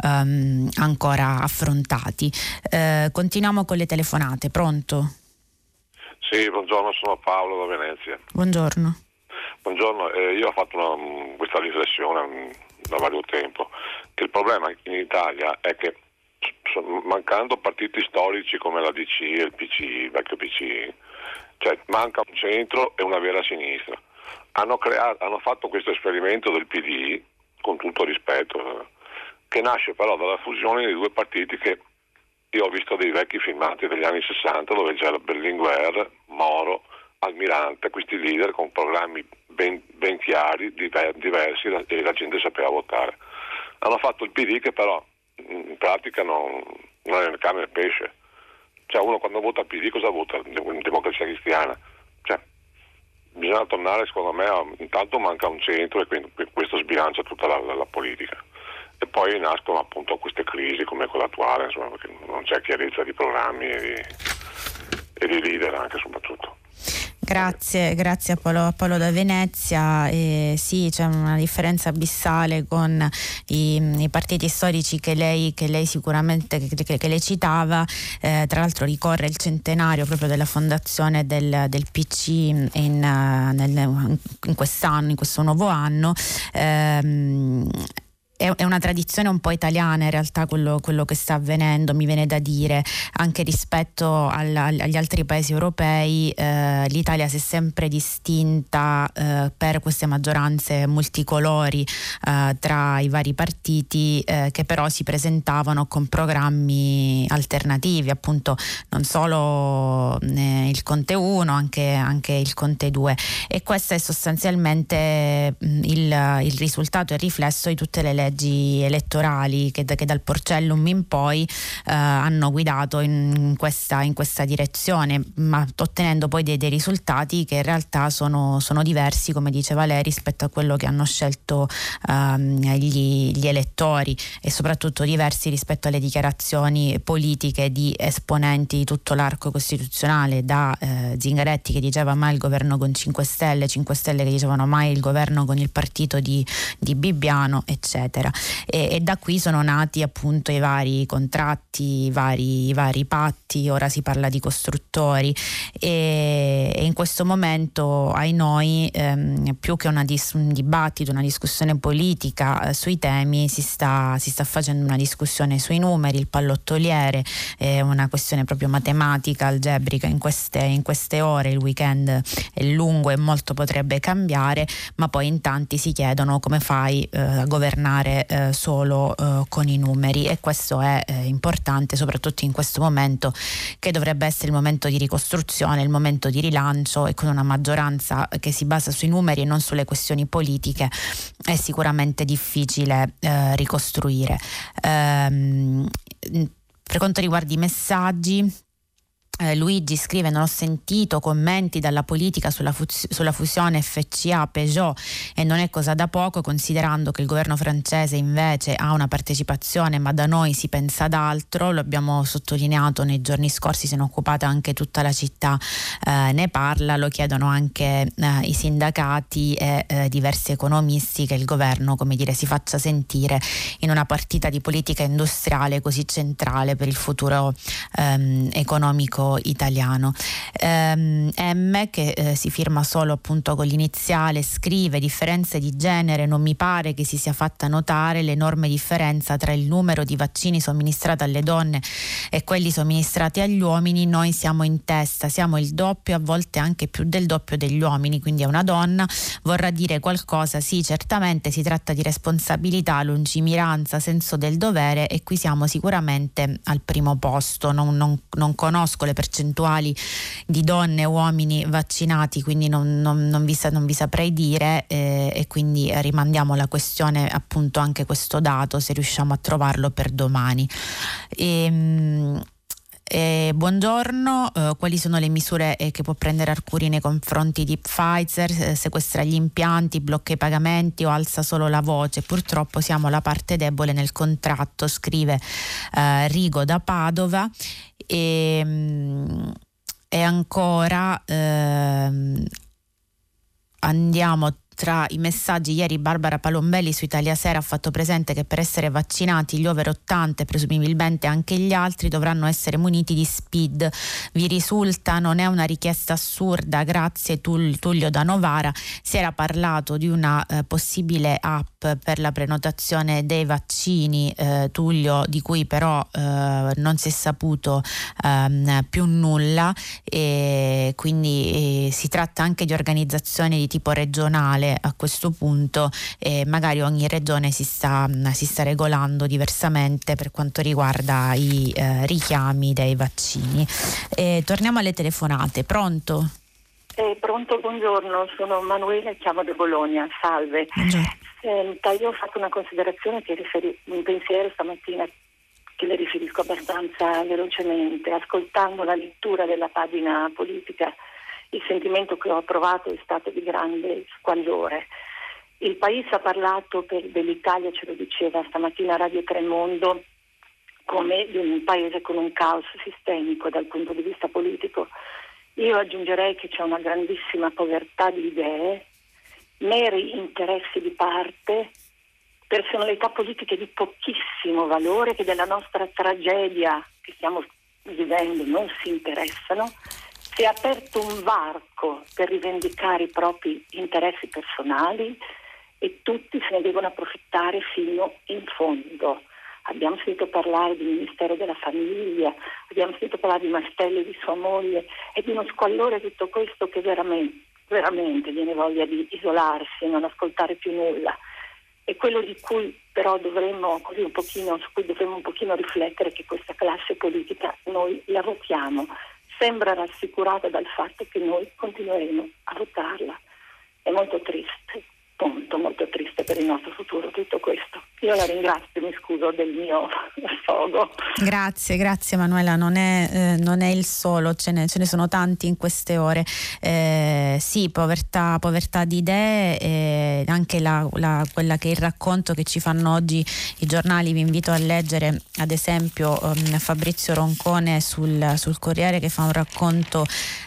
affrontati. Continuiamo con le telefonate. Pronto? Sì, buongiorno, sono Paolo da Venezia. Buongiorno. Buongiorno, io ho fatto questa riflessione da vario tempo, che il problema in Italia è che mancando partiti storici come la DC e il PC, il vecchio PC, cioè manca un centro e una vera sinistra. Hanno fatto questo esperimento del PD, con tutto rispetto, che nasce però dalla fusione di due partiti che io ho visto dei vecchi filmati degli anni 60 dove c'era Berlinguer, Moro, Almirante, questi leader con programmi ben chiari, diversi, e la gente sapeva votare. Hanno fatto il PD che però in pratica non è né carne né pesce. Cioè uno quando vota PD cosa vota? In Democrazia Cristiana. Cioè bisogna tornare, secondo me, intanto manca un centro e quindi questo sbilancia tutta la politica. E poi nascono appunto queste crisi come quella attuale, insomma, perché non c'è chiarezza di programmi e di leader anche soprattutto. Grazie a Paolo da Venezia. Sì, c'è una differenza abissale con i partiti storici che lei sicuramente che lei citava. Tra l'altro ricorre il centenario proprio della fondazione del PC in quest'anno, in questo nuovo anno. È una tradizione un po' italiana in realtà quello che sta avvenendo, mi viene da dire, anche rispetto agli altri paesi europei. L'Italia si è sempre distinta per queste maggioranze multicolori tra i vari partiti, che però si presentavano con programmi alternativi, appunto non solo il Conte 1, anche il Conte 2, e questo è sostanzialmente il risultato e il riflesso di tutte le leggi elettorali che dal Porcellum in poi hanno guidato in questa direzione, ma ottenendo poi dei risultati che in realtà sono diversi, come diceva lei, rispetto a quello che hanno scelto gli elettori, e soprattutto diversi rispetto alle dichiarazioni politiche di esponenti di tutto l'arco costituzionale, da Zingaretti che diceva mai il governo con 5 Stelle che dicevano mai il governo con il partito di Bibbiano, eccetera. E da qui sono nati appunto i vari contratti, i vari patti. Ora si parla di costruttori, e in questo momento, ai noi, più che un dibattito, una discussione politica sui temi, si sta facendo una discussione sui numeri, il pallottoliere, una questione proprio matematica, algebrica in queste ore. Il weekend è lungo e molto potrebbe cambiare, ma poi in tanti si chiedono come fai a governare solo con i numeri, e questo è importante soprattutto in questo momento, che dovrebbe essere il momento di ricostruzione, il momento di rilancio, e con una maggioranza che si basa sui numeri e non sulle questioni politiche è sicuramente difficile ricostruire. Per quanto riguarda i messaggi, Luigi scrive: non ho sentito commenti dalla politica sulla fusione FCA-Peugeot, e non è cosa da poco, considerando che il governo francese invece ha una partecipazione, ma da noi si pensa ad altro. Lo abbiamo sottolineato nei giorni scorsi, se ne è occupata anche tutta la città, ne parla, lo chiedono anche i sindacati e diversi economisti, che il governo, come dire, si faccia sentire in una partita di politica industriale così centrale per il futuro economico politico italiano. M, che si firma solo appunto con l'iniziale, scrive: differenze di genere, non mi pare che si sia fatta notare l'enorme differenza tra il numero di vaccini somministrati alle donne e quelli somministrati agli uomini. Noi siamo in testa, siamo il doppio, a volte anche più del doppio degli uomini, quindi è una donna. Vorrà dire qualcosa? Sì, certamente si tratta di responsabilità, lungimiranza, senso del dovere, e qui siamo sicuramente al primo posto. Non conosco le percentuali di donne e uomini vaccinati, quindi non vi saprei dire, e quindi rimandiamo la questione, appunto, anche questo dato, se riusciamo a trovarlo, per domani. Buongiorno, quali sono le misure che può prendere Arcuri nei confronti di Pfizer? Sequestra gli impianti, blocca i pagamenti o alza solo la voce? Purtroppo siamo la parte debole nel contratto, scrive Rigo da Padova. E ancora andiamo tra i messaggi. Ieri Barbara Palombelli su Italia Sera ha fatto presente che per essere vaccinati gli over 80 e presumibilmente anche gli altri dovranno essere muniti di SPID. Vi risulta? Non è una richiesta assurda? Grazie. Tullio da Novara. Si era parlato di una possibile app per la prenotazione dei vaccini, Tullio, di cui però non si è saputo più nulla, e quindi si tratta anche di organizzazioni di tipo regionale a questo punto, e magari ogni regione si sta regolando diversamente per quanto riguarda i richiami dei vaccini. Torniamo alle telefonate. Pronto? Pronto, buongiorno, sono Manuela e chiamo da Bologna. Salve. Senta, io ho fatto una considerazione un pensiero stamattina che le riferisco abbastanza velocemente. Ascoltando la lettura della pagina politica, il sentimento che ho provato è stato di grande squallore. Il Paese ha parlato dell'Italia, ce lo diceva stamattina Radio Tremondo, come di un paese con un caos sistemico dal punto di vista politico. Io aggiungerei che c'è una grandissima povertà di idee, meri interessi di parte, personalità politiche di pochissimo valore che della nostra tragedia che stiamo vivendo non si interessano. Si è aperto un varco per rivendicare i propri interessi personali e tutti se ne devono approfittare fino in fondo. Abbiamo sentito parlare del Ministero della Famiglia, abbiamo sentito parlare di Mastelli, di sua moglie, e di uno squallore tutto questo che veramente viene voglia di isolarsi e non ascoltare più nulla. E quello di cui però su cui dovremmo un pochino riflettere, che questa classe politica noi la votiamo. Sembra rassicurata dal fatto che noi continueremo a votarla. È molto triste, molto triste per il nostro futuro tutto questo. Io la ringrazio, mi scuso del mio sfogo. Grazie Manuela, non è il solo, ce ne sono tanti in queste ore. Sì, povertà di idee, anche quella che è il racconto che ci fanno oggi i giornali. Vi invito a leggere ad esempio Fabrizio Roncone sul Corriere, che fa un racconto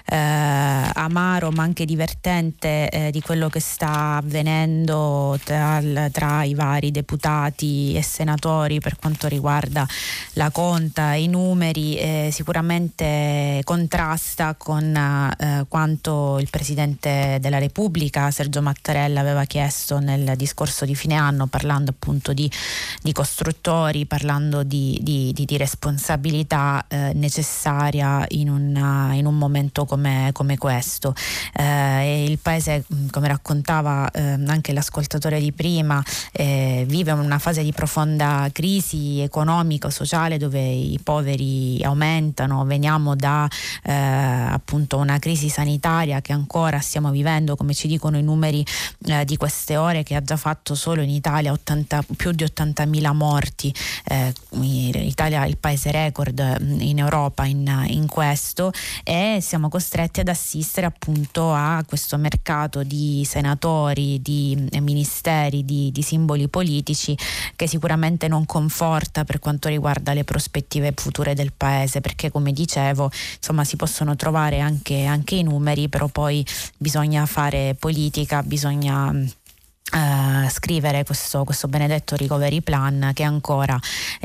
amaro ma anche divertente di quello che sta avvenendo tra i vari deputati e senatori per quanto riguarda la conta e i numeri. Sicuramente contrasta con quanto il Presidente della Repubblica Sergio Mattarella aveva chiesto nel discorso di fine anno, parlando appunto di costruttori, parlando di responsabilità necessaria in un momento come questo. E il Paese, come raccontava anche l'ascoltatore di prima, vive una fase di profonda crisi economica, sociale, dove i poveri aumentano. Veniamo da appunto una crisi sanitaria che ancora stiamo vivendo, come ci dicono i numeri di queste ore, che ha già fatto solo in Italia più di 80.000 morti. Italia è il paese record in Europa in questo, e siamo costretti ad assistere appunto a questo mercato di senatori, di ministeri, di simboli politici, che sicuramente non conforta per quanto riguarda le prospettive future del Paese, perché, come dicevo, insomma, si possono trovare anche i numeri, però poi bisogna fare politica, bisogna scrivere questo benedetto recovery plan che ancora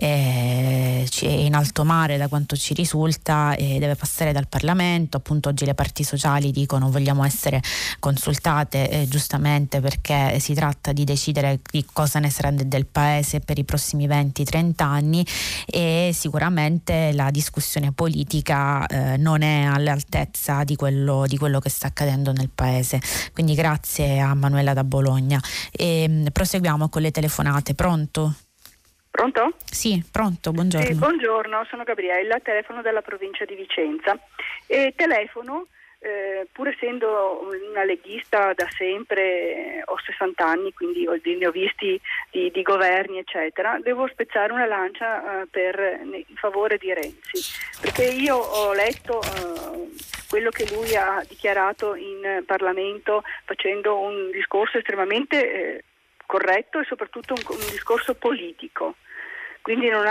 è in alto mare da quanto ci risulta, e deve passare dal Parlamento. Appunto oggi le parti sociali dicono vogliamo essere consultate, giustamente, perché si tratta di decidere di cosa ne sarà del paese per i prossimi 20-30 anni, e sicuramente la discussione politica non è all'altezza di quello che sta accadendo nel paese. Quindi grazie a Manuela da Bologna. E proseguiamo con le telefonate. Pronto? Pronto? Sì, pronto, buongiorno. Sì, buongiorno, sono Gabriella, telefono dalla provincia di Vicenza e telefono, pur essendo una leghista da sempre, ho 60 anni, quindi ne ho visti di governi eccetera, devo spezzare una lancia in favore di Renzi, perché io ho letto quello che lui ha dichiarato in Parlamento, facendo un discorso estremamente corretto e soprattutto un discorso politico. Quindi non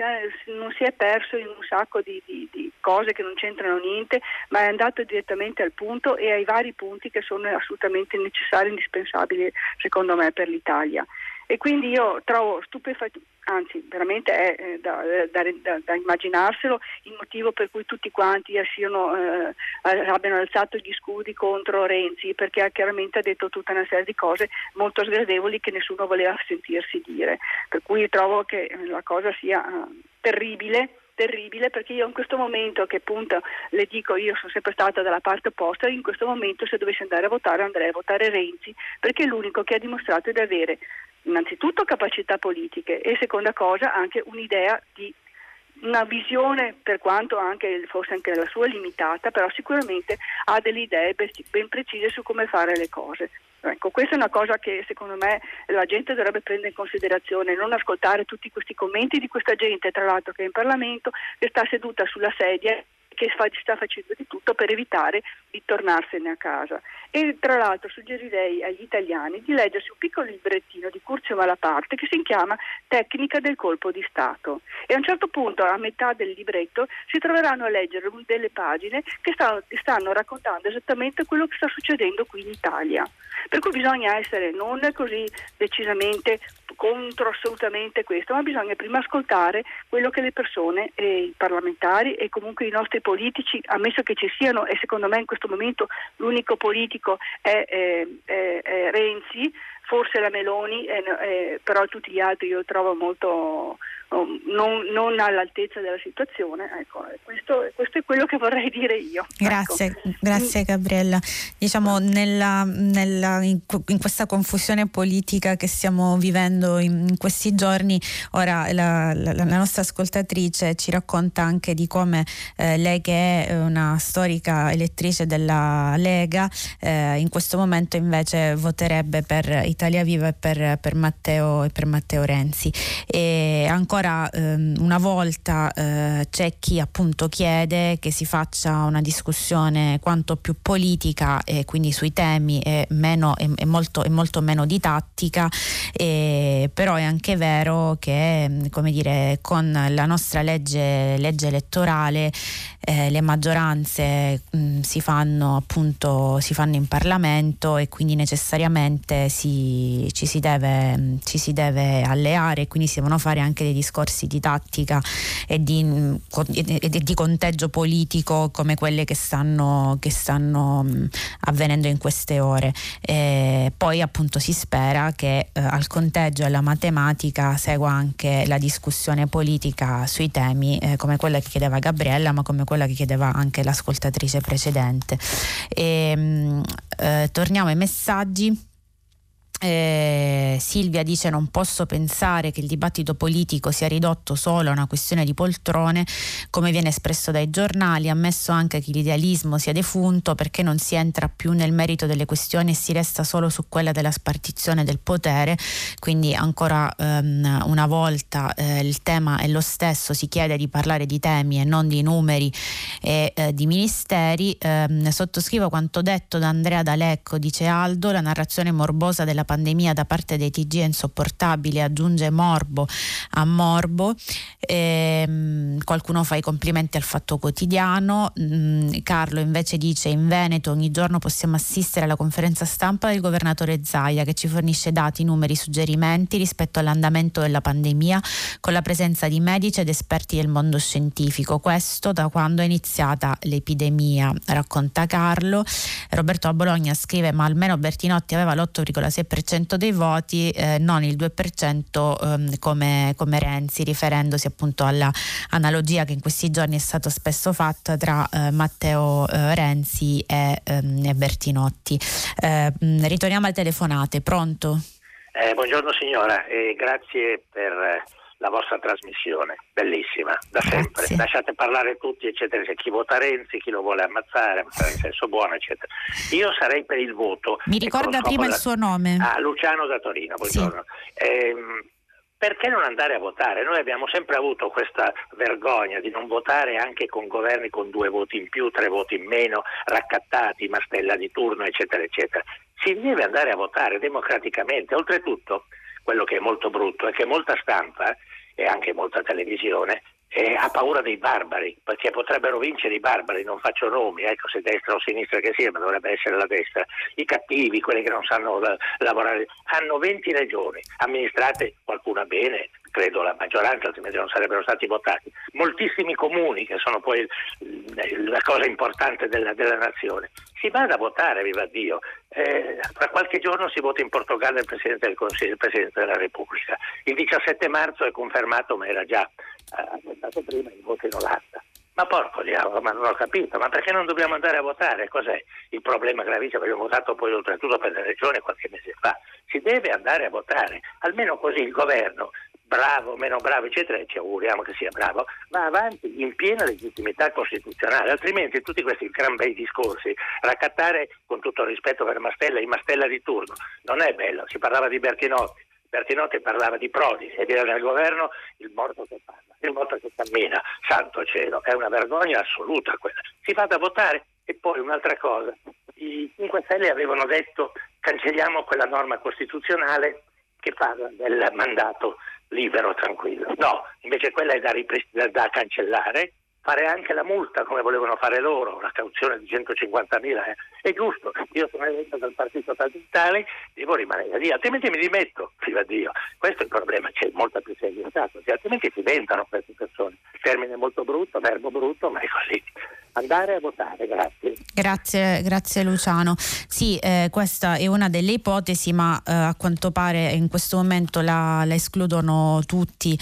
si è perso in un sacco di cose che non c'entrano niente, ma è andato direttamente al punto e ai vari punti che sono assolutamente necessari e indispensabili secondo me per l'Italia. E quindi io trovo stupefacente, anzi veramente è da immaginarselo il motivo per cui tutti quanti abbiano alzato gli scudi contro Renzi, perché chiaramente ha detto tutta una serie di cose molto sgradevoli che nessuno voleva sentirsi dire, per cui trovo che la cosa sia terribile, perché io in questo momento, che appunto le dico, io sono sempre stata dalla parte opposta, in questo momento se dovessi andare a votare andrei a votare Renzi, perché è l'unico che ha dimostrato di avere innanzitutto capacità politiche e seconda cosa anche un'idea di una visione, per quanto forse anche la sua limitata, però sicuramente ha delle idee ben precise su come fare le cose. Ecco, questa è una cosa che secondo me la gente dovrebbe prendere in considerazione, non ascoltare tutti questi commenti di questa gente, tra l'altro che è in Parlamento, che sta seduta sulla sedia, che sta facendo di tutto per evitare di tornarsene a casa. E tra l'altro suggerirei agli italiani di leggersi un piccolo librettino di Curzio Malaparte che si chiama Tecnica del colpo di Stato, e a un certo punto, a metà del libretto, si troveranno a leggere delle pagine che stanno raccontando esattamente quello che sta succedendo qui in Italia, per cui bisogna essere non così decisamente contro assolutamente questo, ma bisogna prima ascoltare quello che le persone, i parlamentari e comunque i nostri politici, ammesso che ci siano, e secondo me in questo momento l'unico politico è Renzi, forse la Meloni, però tutti gli altri io trovo molto non all'altezza della situazione. Ecco, questo è quello che vorrei dire io. Grazie Gabriella. Diciamo in questa confusione politica che stiamo vivendo in questi giorni, ora la nostra ascoltatrice ci racconta anche di come lei, che è una storica elettrice della Lega, in questo momento invece voterebbe per Italia Viva e per Matteo Renzi. E ancora una volta c'è chi appunto chiede che si faccia una discussione quanto più politica, e quindi sui temi e molto meno di tattica, però è anche vero che, come dire, con la nostra legge elettorale le maggioranze si fanno in Parlamento, e quindi necessariamente ci si deve alleare, quindi si devono fare anche dei discorsi di tattica e di conteggio politico come quelle che stanno avvenendo in queste ore. Poi appunto si spera che al conteggio e alla matematica segua anche la discussione politica sui temi, come quella che chiedeva Gabriella, ma come quella che chiedeva anche l'ascoltatrice precedente. Torniamo ai messaggi. Silvia dice: non posso pensare che il dibattito politico sia ridotto solo a una questione di poltrone come viene espresso dai giornali, ammesso anche che l'idealismo sia defunto, perché non si entra più nel merito delle questioni e si resta solo su quella della spartizione del potere. Quindi ancora una volta il tema è lo stesso, si chiede di parlare di temi e non di numeri e di ministeri. Sottoscrivo quanto detto da Andrea D'Alecco, dice Aldo, la narrazione morbosa della pandemia da parte dei TG è insopportabile, aggiunge morbo a morbo. Qualcuno fa i complimenti al Fatto Quotidiano. Carlo invece dice: in Veneto ogni giorno possiamo assistere alla conferenza stampa del governatore Zaia, che ci fornisce dati, numeri, suggerimenti rispetto all'andamento della pandemia, con la presenza di medici ed esperti del mondo scientifico. Questo da quando è iniziata l'epidemia, racconta Carlo. Roberto a Bologna scrive: ma almeno Bertinotti aveva l'8,6% dei voti, non il 2% come Renzi, riferendosi appunto alla analogia che in questi giorni è stata spesso fatta tra Matteo Renzi e Bertinotti. Ritorniamo alle telefonate. Pronto? Buongiorno signora, grazie per la vostra trasmissione, bellissima, da sempre. Lasciate parlare tutti, eccetera, chi vota Renzi, chi lo vuole ammazzare in senso buono, eccetera. Io sarei per il voto. Mi ricorda prima il suo nome? Luciano da Torino, buongiorno. Sì. Perché non andare a votare? Noi abbiamo sempre avuto questa vergogna di non votare anche con governi con 2 voti in più, 3 voti in meno, raccattati, Mastella di turno, eccetera, eccetera. Si deve andare a votare democraticamente. Oltretutto, quello che è molto brutto è che molta stampa e anche molta televisione ha paura dei barbari, perché potrebbero vincere i barbari, non faccio nomi, se destra o sinistra che sia, ma dovrebbe essere la destra, i cattivi, quelli che non sanno lavorare. Hanno 20 regioni amministrate, qualcuna bene, credo la maggioranza, altrimenti non sarebbero stati votati, moltissimi comuni che sono poi la cosa importante della nazione. Si vada a votare, viva Dio. Tra qualche giorno si vota in Portogallo il Presidente del Consiglio, il Presidente della Repubblica. Il 17 marzo è confermato, ma era già aspettato prima, il voto in Olanda. Ma porco diavolo, ma non ho capito, ma perché non dobbiamo andare a votare? Cos'è il problema gravissimo? Abbiamo votato poi oltretutto per le regioni qualche mese fa. Si deve andare a votare, almeno così il governo, bravo, meno bravo, eccetera, ci auguriamo che sia bravo, va avanti in piena legittimità costituzionale, altrimenti tutti questi gran bei discorsi, raccattare, con tutto il rispetto per Mastella, il Mastella di turno, non è bello. Si parlava di Bertinotti parlava di Prodi, e era nel governo il morto che parla, il morto che cammina, santo cielo, è una vergogna assoluta quella. Si vada a votare. E poi un'altra cosa, i 5 Stelle avevano detto cancelliamo quella norma costituzionale che parla del mandato libero, tranquillo. No, invece quella è da cancellare, fare anche la multa come volevano fare loro, una cauzione di 150.000, è giusto. Io sono eletto dal partito tale, devo rimanere lì, altrimenti mi dimetto, viva Dio. Questo è il problema, c'è molta più serietà, altrimenti si diventano queste persone. Termine molto brutto, verbo brutto, ma è così. Andare a votare, grazie Luciano. Sì, questa è una delle ipotesi, ma a quanto pare in questo momento la escludono tutti.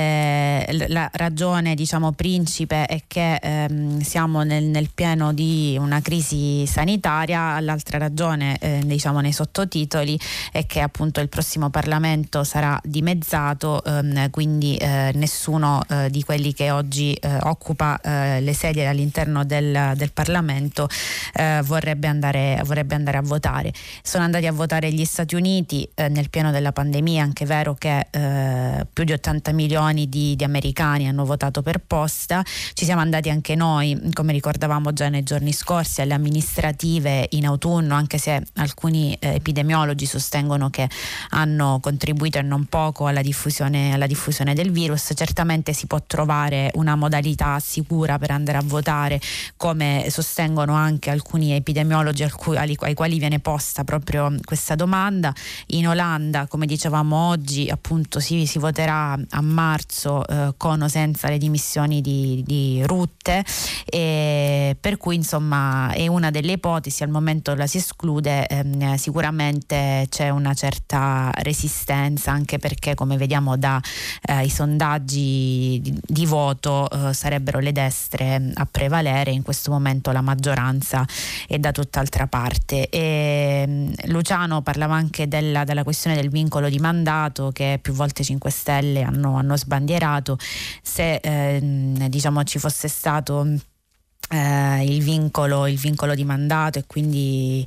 La ragione, diciamo, principe è che siamo nel pieno di una crisi sanitaria. L'altra ragione, diciamo nei sottotitoli, è che appunto il prossimo Parlamento sarà dimezzato, quindi nessuno di quelli che oggi occupa le sedie all'interno del Parlamento vorrebbe andare a votare. Sono andati a votare gli Stati Uniti nel pieno della pandemia, anche vero che più di 80 milioni di americani hanno votato per posta. Ci siamo andati anche noi, come ricordavamo già nei giorni scorsi, alle amministrative in autunno, anche se alcuni epidemiologi sostengono che hanno contribuito e non poco alla diffusione del virus. Certamente si può trovare una modalità sicura per andare a votare, come sostengono anche alcuni epidemiologi ai quali viene posta proprio questa domanda. In Olanda, come dicevamo oggi, appunto si voterà a marzo con o senza le dimissioni di Rutte, e per cui insomma è una delle ipotesi. Al momento la si esclude. Sicuramente c'è una certa resistenza, anche perché, come vediamo dai sondaggi di voto, sarebbero le destre a prevalere. In questo momento la maggioranza è da tutt'altra parte. E Luciano parlava anche della questione del vincolo di mandato, che più volte 5 Stelle hanno sbandierato. Se diciamo ci fosse stato il vincolo di mandato, e quindi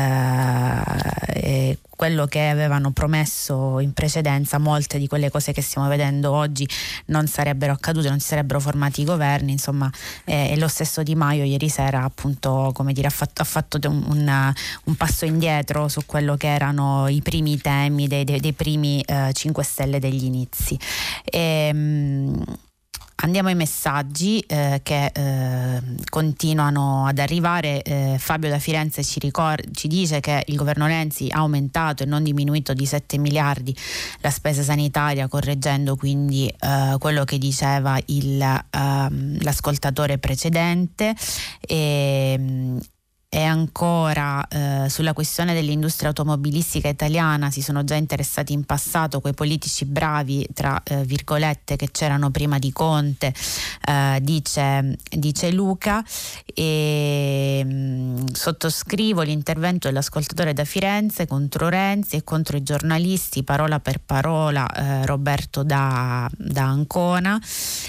quello che avevano promesso in precedenza, molte di quelle cose che stiamo vedendo oggi non sarebbero accadute, non si sarebbero formati i governi, insomma. E lo stesso Di Maio ieri sera, appunto, come dire, ha fatto un passo indietro su quello che erano i primi temi dei primi 5 Stelle degli inizi. Andiamo ai messaggi che continuano ad arrivare. Fabio da Firenze ci dice che il governo Renzi ha aumentato e non diminuito di 7 miliardi la spesa sanitaria, correggendo quindi quello che diceva l'ascoltatore precedente. E ancora sulla questione dell'industria automobilistica italiana si sono già interessati in passato quei politici bravi, tra virgolette, che c'erano prima di Conte, dice Luca. E sottoscrivo l'intervento dell'ascoltatore da Firenze contro Renzi e contro i giornalisti, parola per parola, Roberto da Ancona.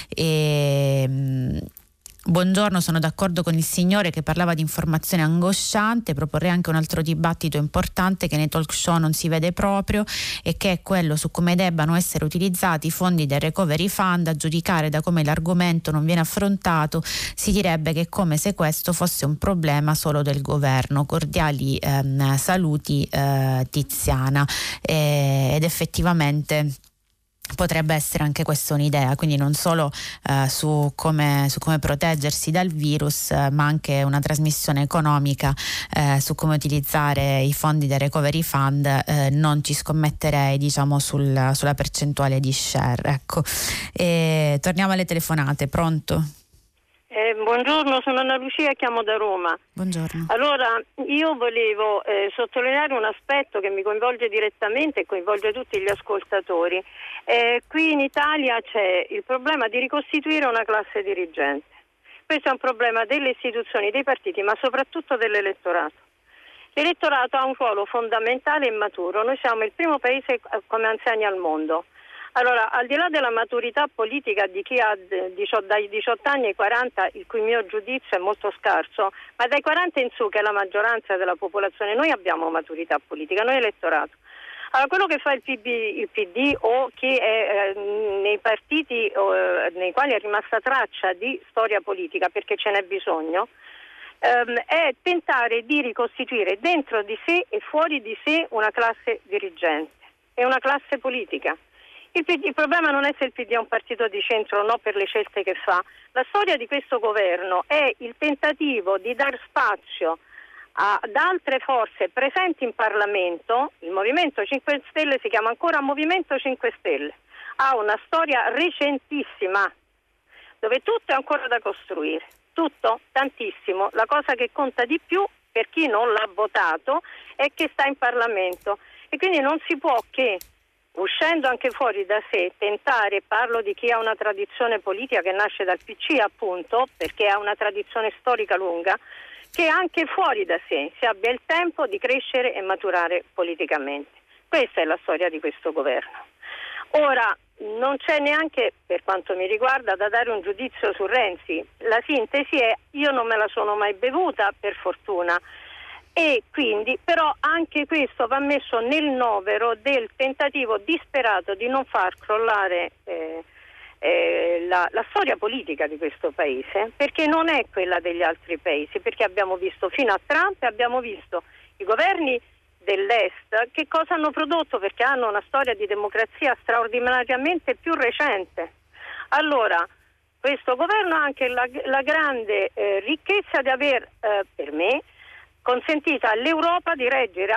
Buongiorno, sono d'accordo con il signore che parlava di informazione angosciante. Proporrei anche un altro dibattito importante che nei talk show non si vede proprio, e che è quello su come debbano essere utilizzati i fondi del Recovery Fund. A giudicare da come l'argomento non viene affrontato, si direbbe che è come se questo fosse un problema solo del governo. Cordiali saluti, Tiziana. Ed effettivamente potrebbe essere anche questa un'idea, quindi non solo su come proteggersi dal virus, ma anche una trasmissione economica su come utilizzare i fondi del Recovery Fund. Non ci scommetterei, diciamo, sulla percentuale di share. Ecco. Torniamo alle telefonate. Pronto? Buongiorno, sono Anna Lucia e chiamo da Roma. Buongiorno. Allora, io volevo sottolineare un aspetto che mi coinvolge direttamente e coinvolge tutti gli ascoltatori. Qui in Italia c'è il problema di ricostituire una classe dirigente. Questo è un problema delle istituzioni, dei partiti, ma soprattutto dell'elettorato. L'elettorato ha un ruolo fondamentale e maturo. Noi siamo il primo paese come anziani al mondo. Allora, al di là della maturità politica di chi ha dai 18 anni ai 40, il cui mio giudizio è molto scarso, ma dai 40 in su, che è la maggioranza della popolazione, noi abbiamo maturità politica, noi elettorato. Allora, quello che fa il PD o chi è nei partiti nei quali è rimasta traccia di storia politica, perché ce n'è bisogno, è tentare di ricostituire dentro di sé e fuori di sé una classe dirigente e una classe politica. Il problema non è se il PD è un partito di centro o no per le scelte che fa. La storia di questo governo è il tentativo di dar spazio ad altre forze presenti in Parlamento. Il Movimento 5 Stelle si chiama ancora Movimento 5 Stelle, ha una storia recentissima dove tutto è ancora da costruire, tutto, tantissimo. La cosa che conta di più per chi non l'ha votato è che sta in Parlamento, e quindi non si può che, uscendo anche fuori da sé, tentare, parlo di chi ha una tradizione politica che nasce dal PC appunto, perché ha una tradizione storica lunga, che anche fuori da sé si abbia il tempo di crescere e maturare politicamente. Questa è la storia di questo governo. Ora, non c'è neanche, per quanto mi riguarda, da dare un giudizio su Renzi. La sintesi è: io non me la sono mai bevuta, per fortuna, e quindi però anche questo va messo nel novero del tentativo disperato di non far crollare la storia politica di questo paese, perché non è quella degli altri paesi, perché abbiamo visto fino a Trump, abbiamo visto i governi dell'Est che cosa hanno prodotto, perché hanno una storia di democrazia straordinariamente più recente. Allora, questo governo ha anche la grande ricchezza di aver, per me, consentita all'Europa di reggere.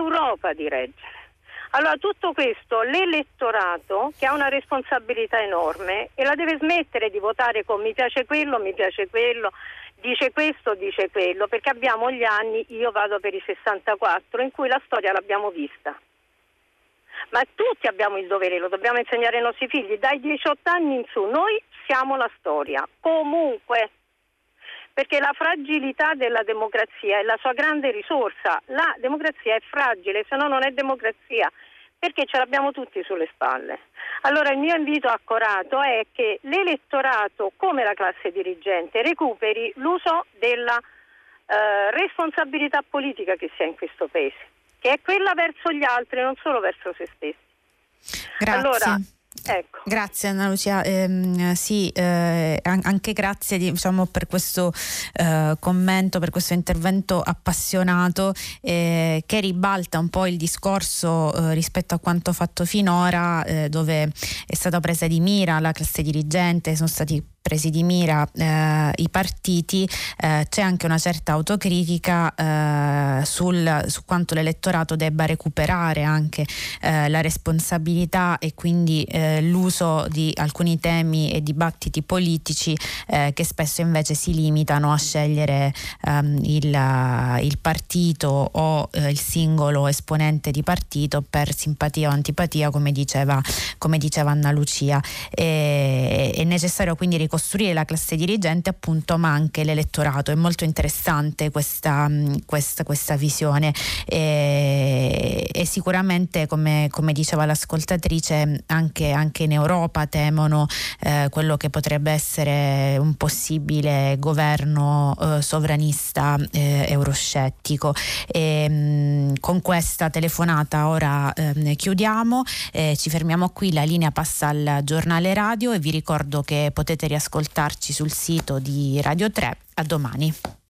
Allora, tutto questo l'elettorato, che ha una responsabilità enorme, e la deve smettere di votare con mi piace quello, dice questo, dice quello, perché abbiamo gli anni, io vado per i 64, in cui la storia l'abbiamo vista. Ma tutti abbiamo il dovere, lo dobbiamo insegnare ai nostri figli, dai 18 anni in su. Noi siamo la storia, comunque, perché la fragilità della democrazia è la sua grande risorsa. La democrazia è fragile, se no non è democrazia. perché ce l'abbiamo tutti sulle spalle. Allora il mio invito accorato è che l'elettorato, come la classe dirigente, recuperi l'uso della responsabilità politica che si ha in questo paese, che è quella verso gli altri, non solo verso se stessi. Grazie. Allora, ecco. Grazie Anna Lucia, anche grazie per questo commento, per questo intervento appassionato che ribalta un po' il discorso rispetto a quanto fatto finora, dove è stata presa di mira la classe dirigente, sono stati presi di mira i partiti. C'è anche una certa autocritica su quanto l'elettorato debba recuperare anche la responsabilità e quindi l'uso di alcuni temi e dibattiti politici che spesso invece si limitano a scegliere il partito o il singolo esponente di partito per simpatia o antipatia, come diceva Anna Lucia. È necessario quindi ricostruire la classe dirigente, appunto, ma anche l'elettorato. È molto interessante questa visione e sicuramente, come diceva l'ascoltatrice, anche in Europa temono quello che potrebbe essere un possibile governo sovranista euroscettico. Con questa telefonata ora chiudiamo, ci fermiamo qui, la linea passa al giornale radio e vi ricordo che potete riascoltarci sul sito di Radio 3. A domani.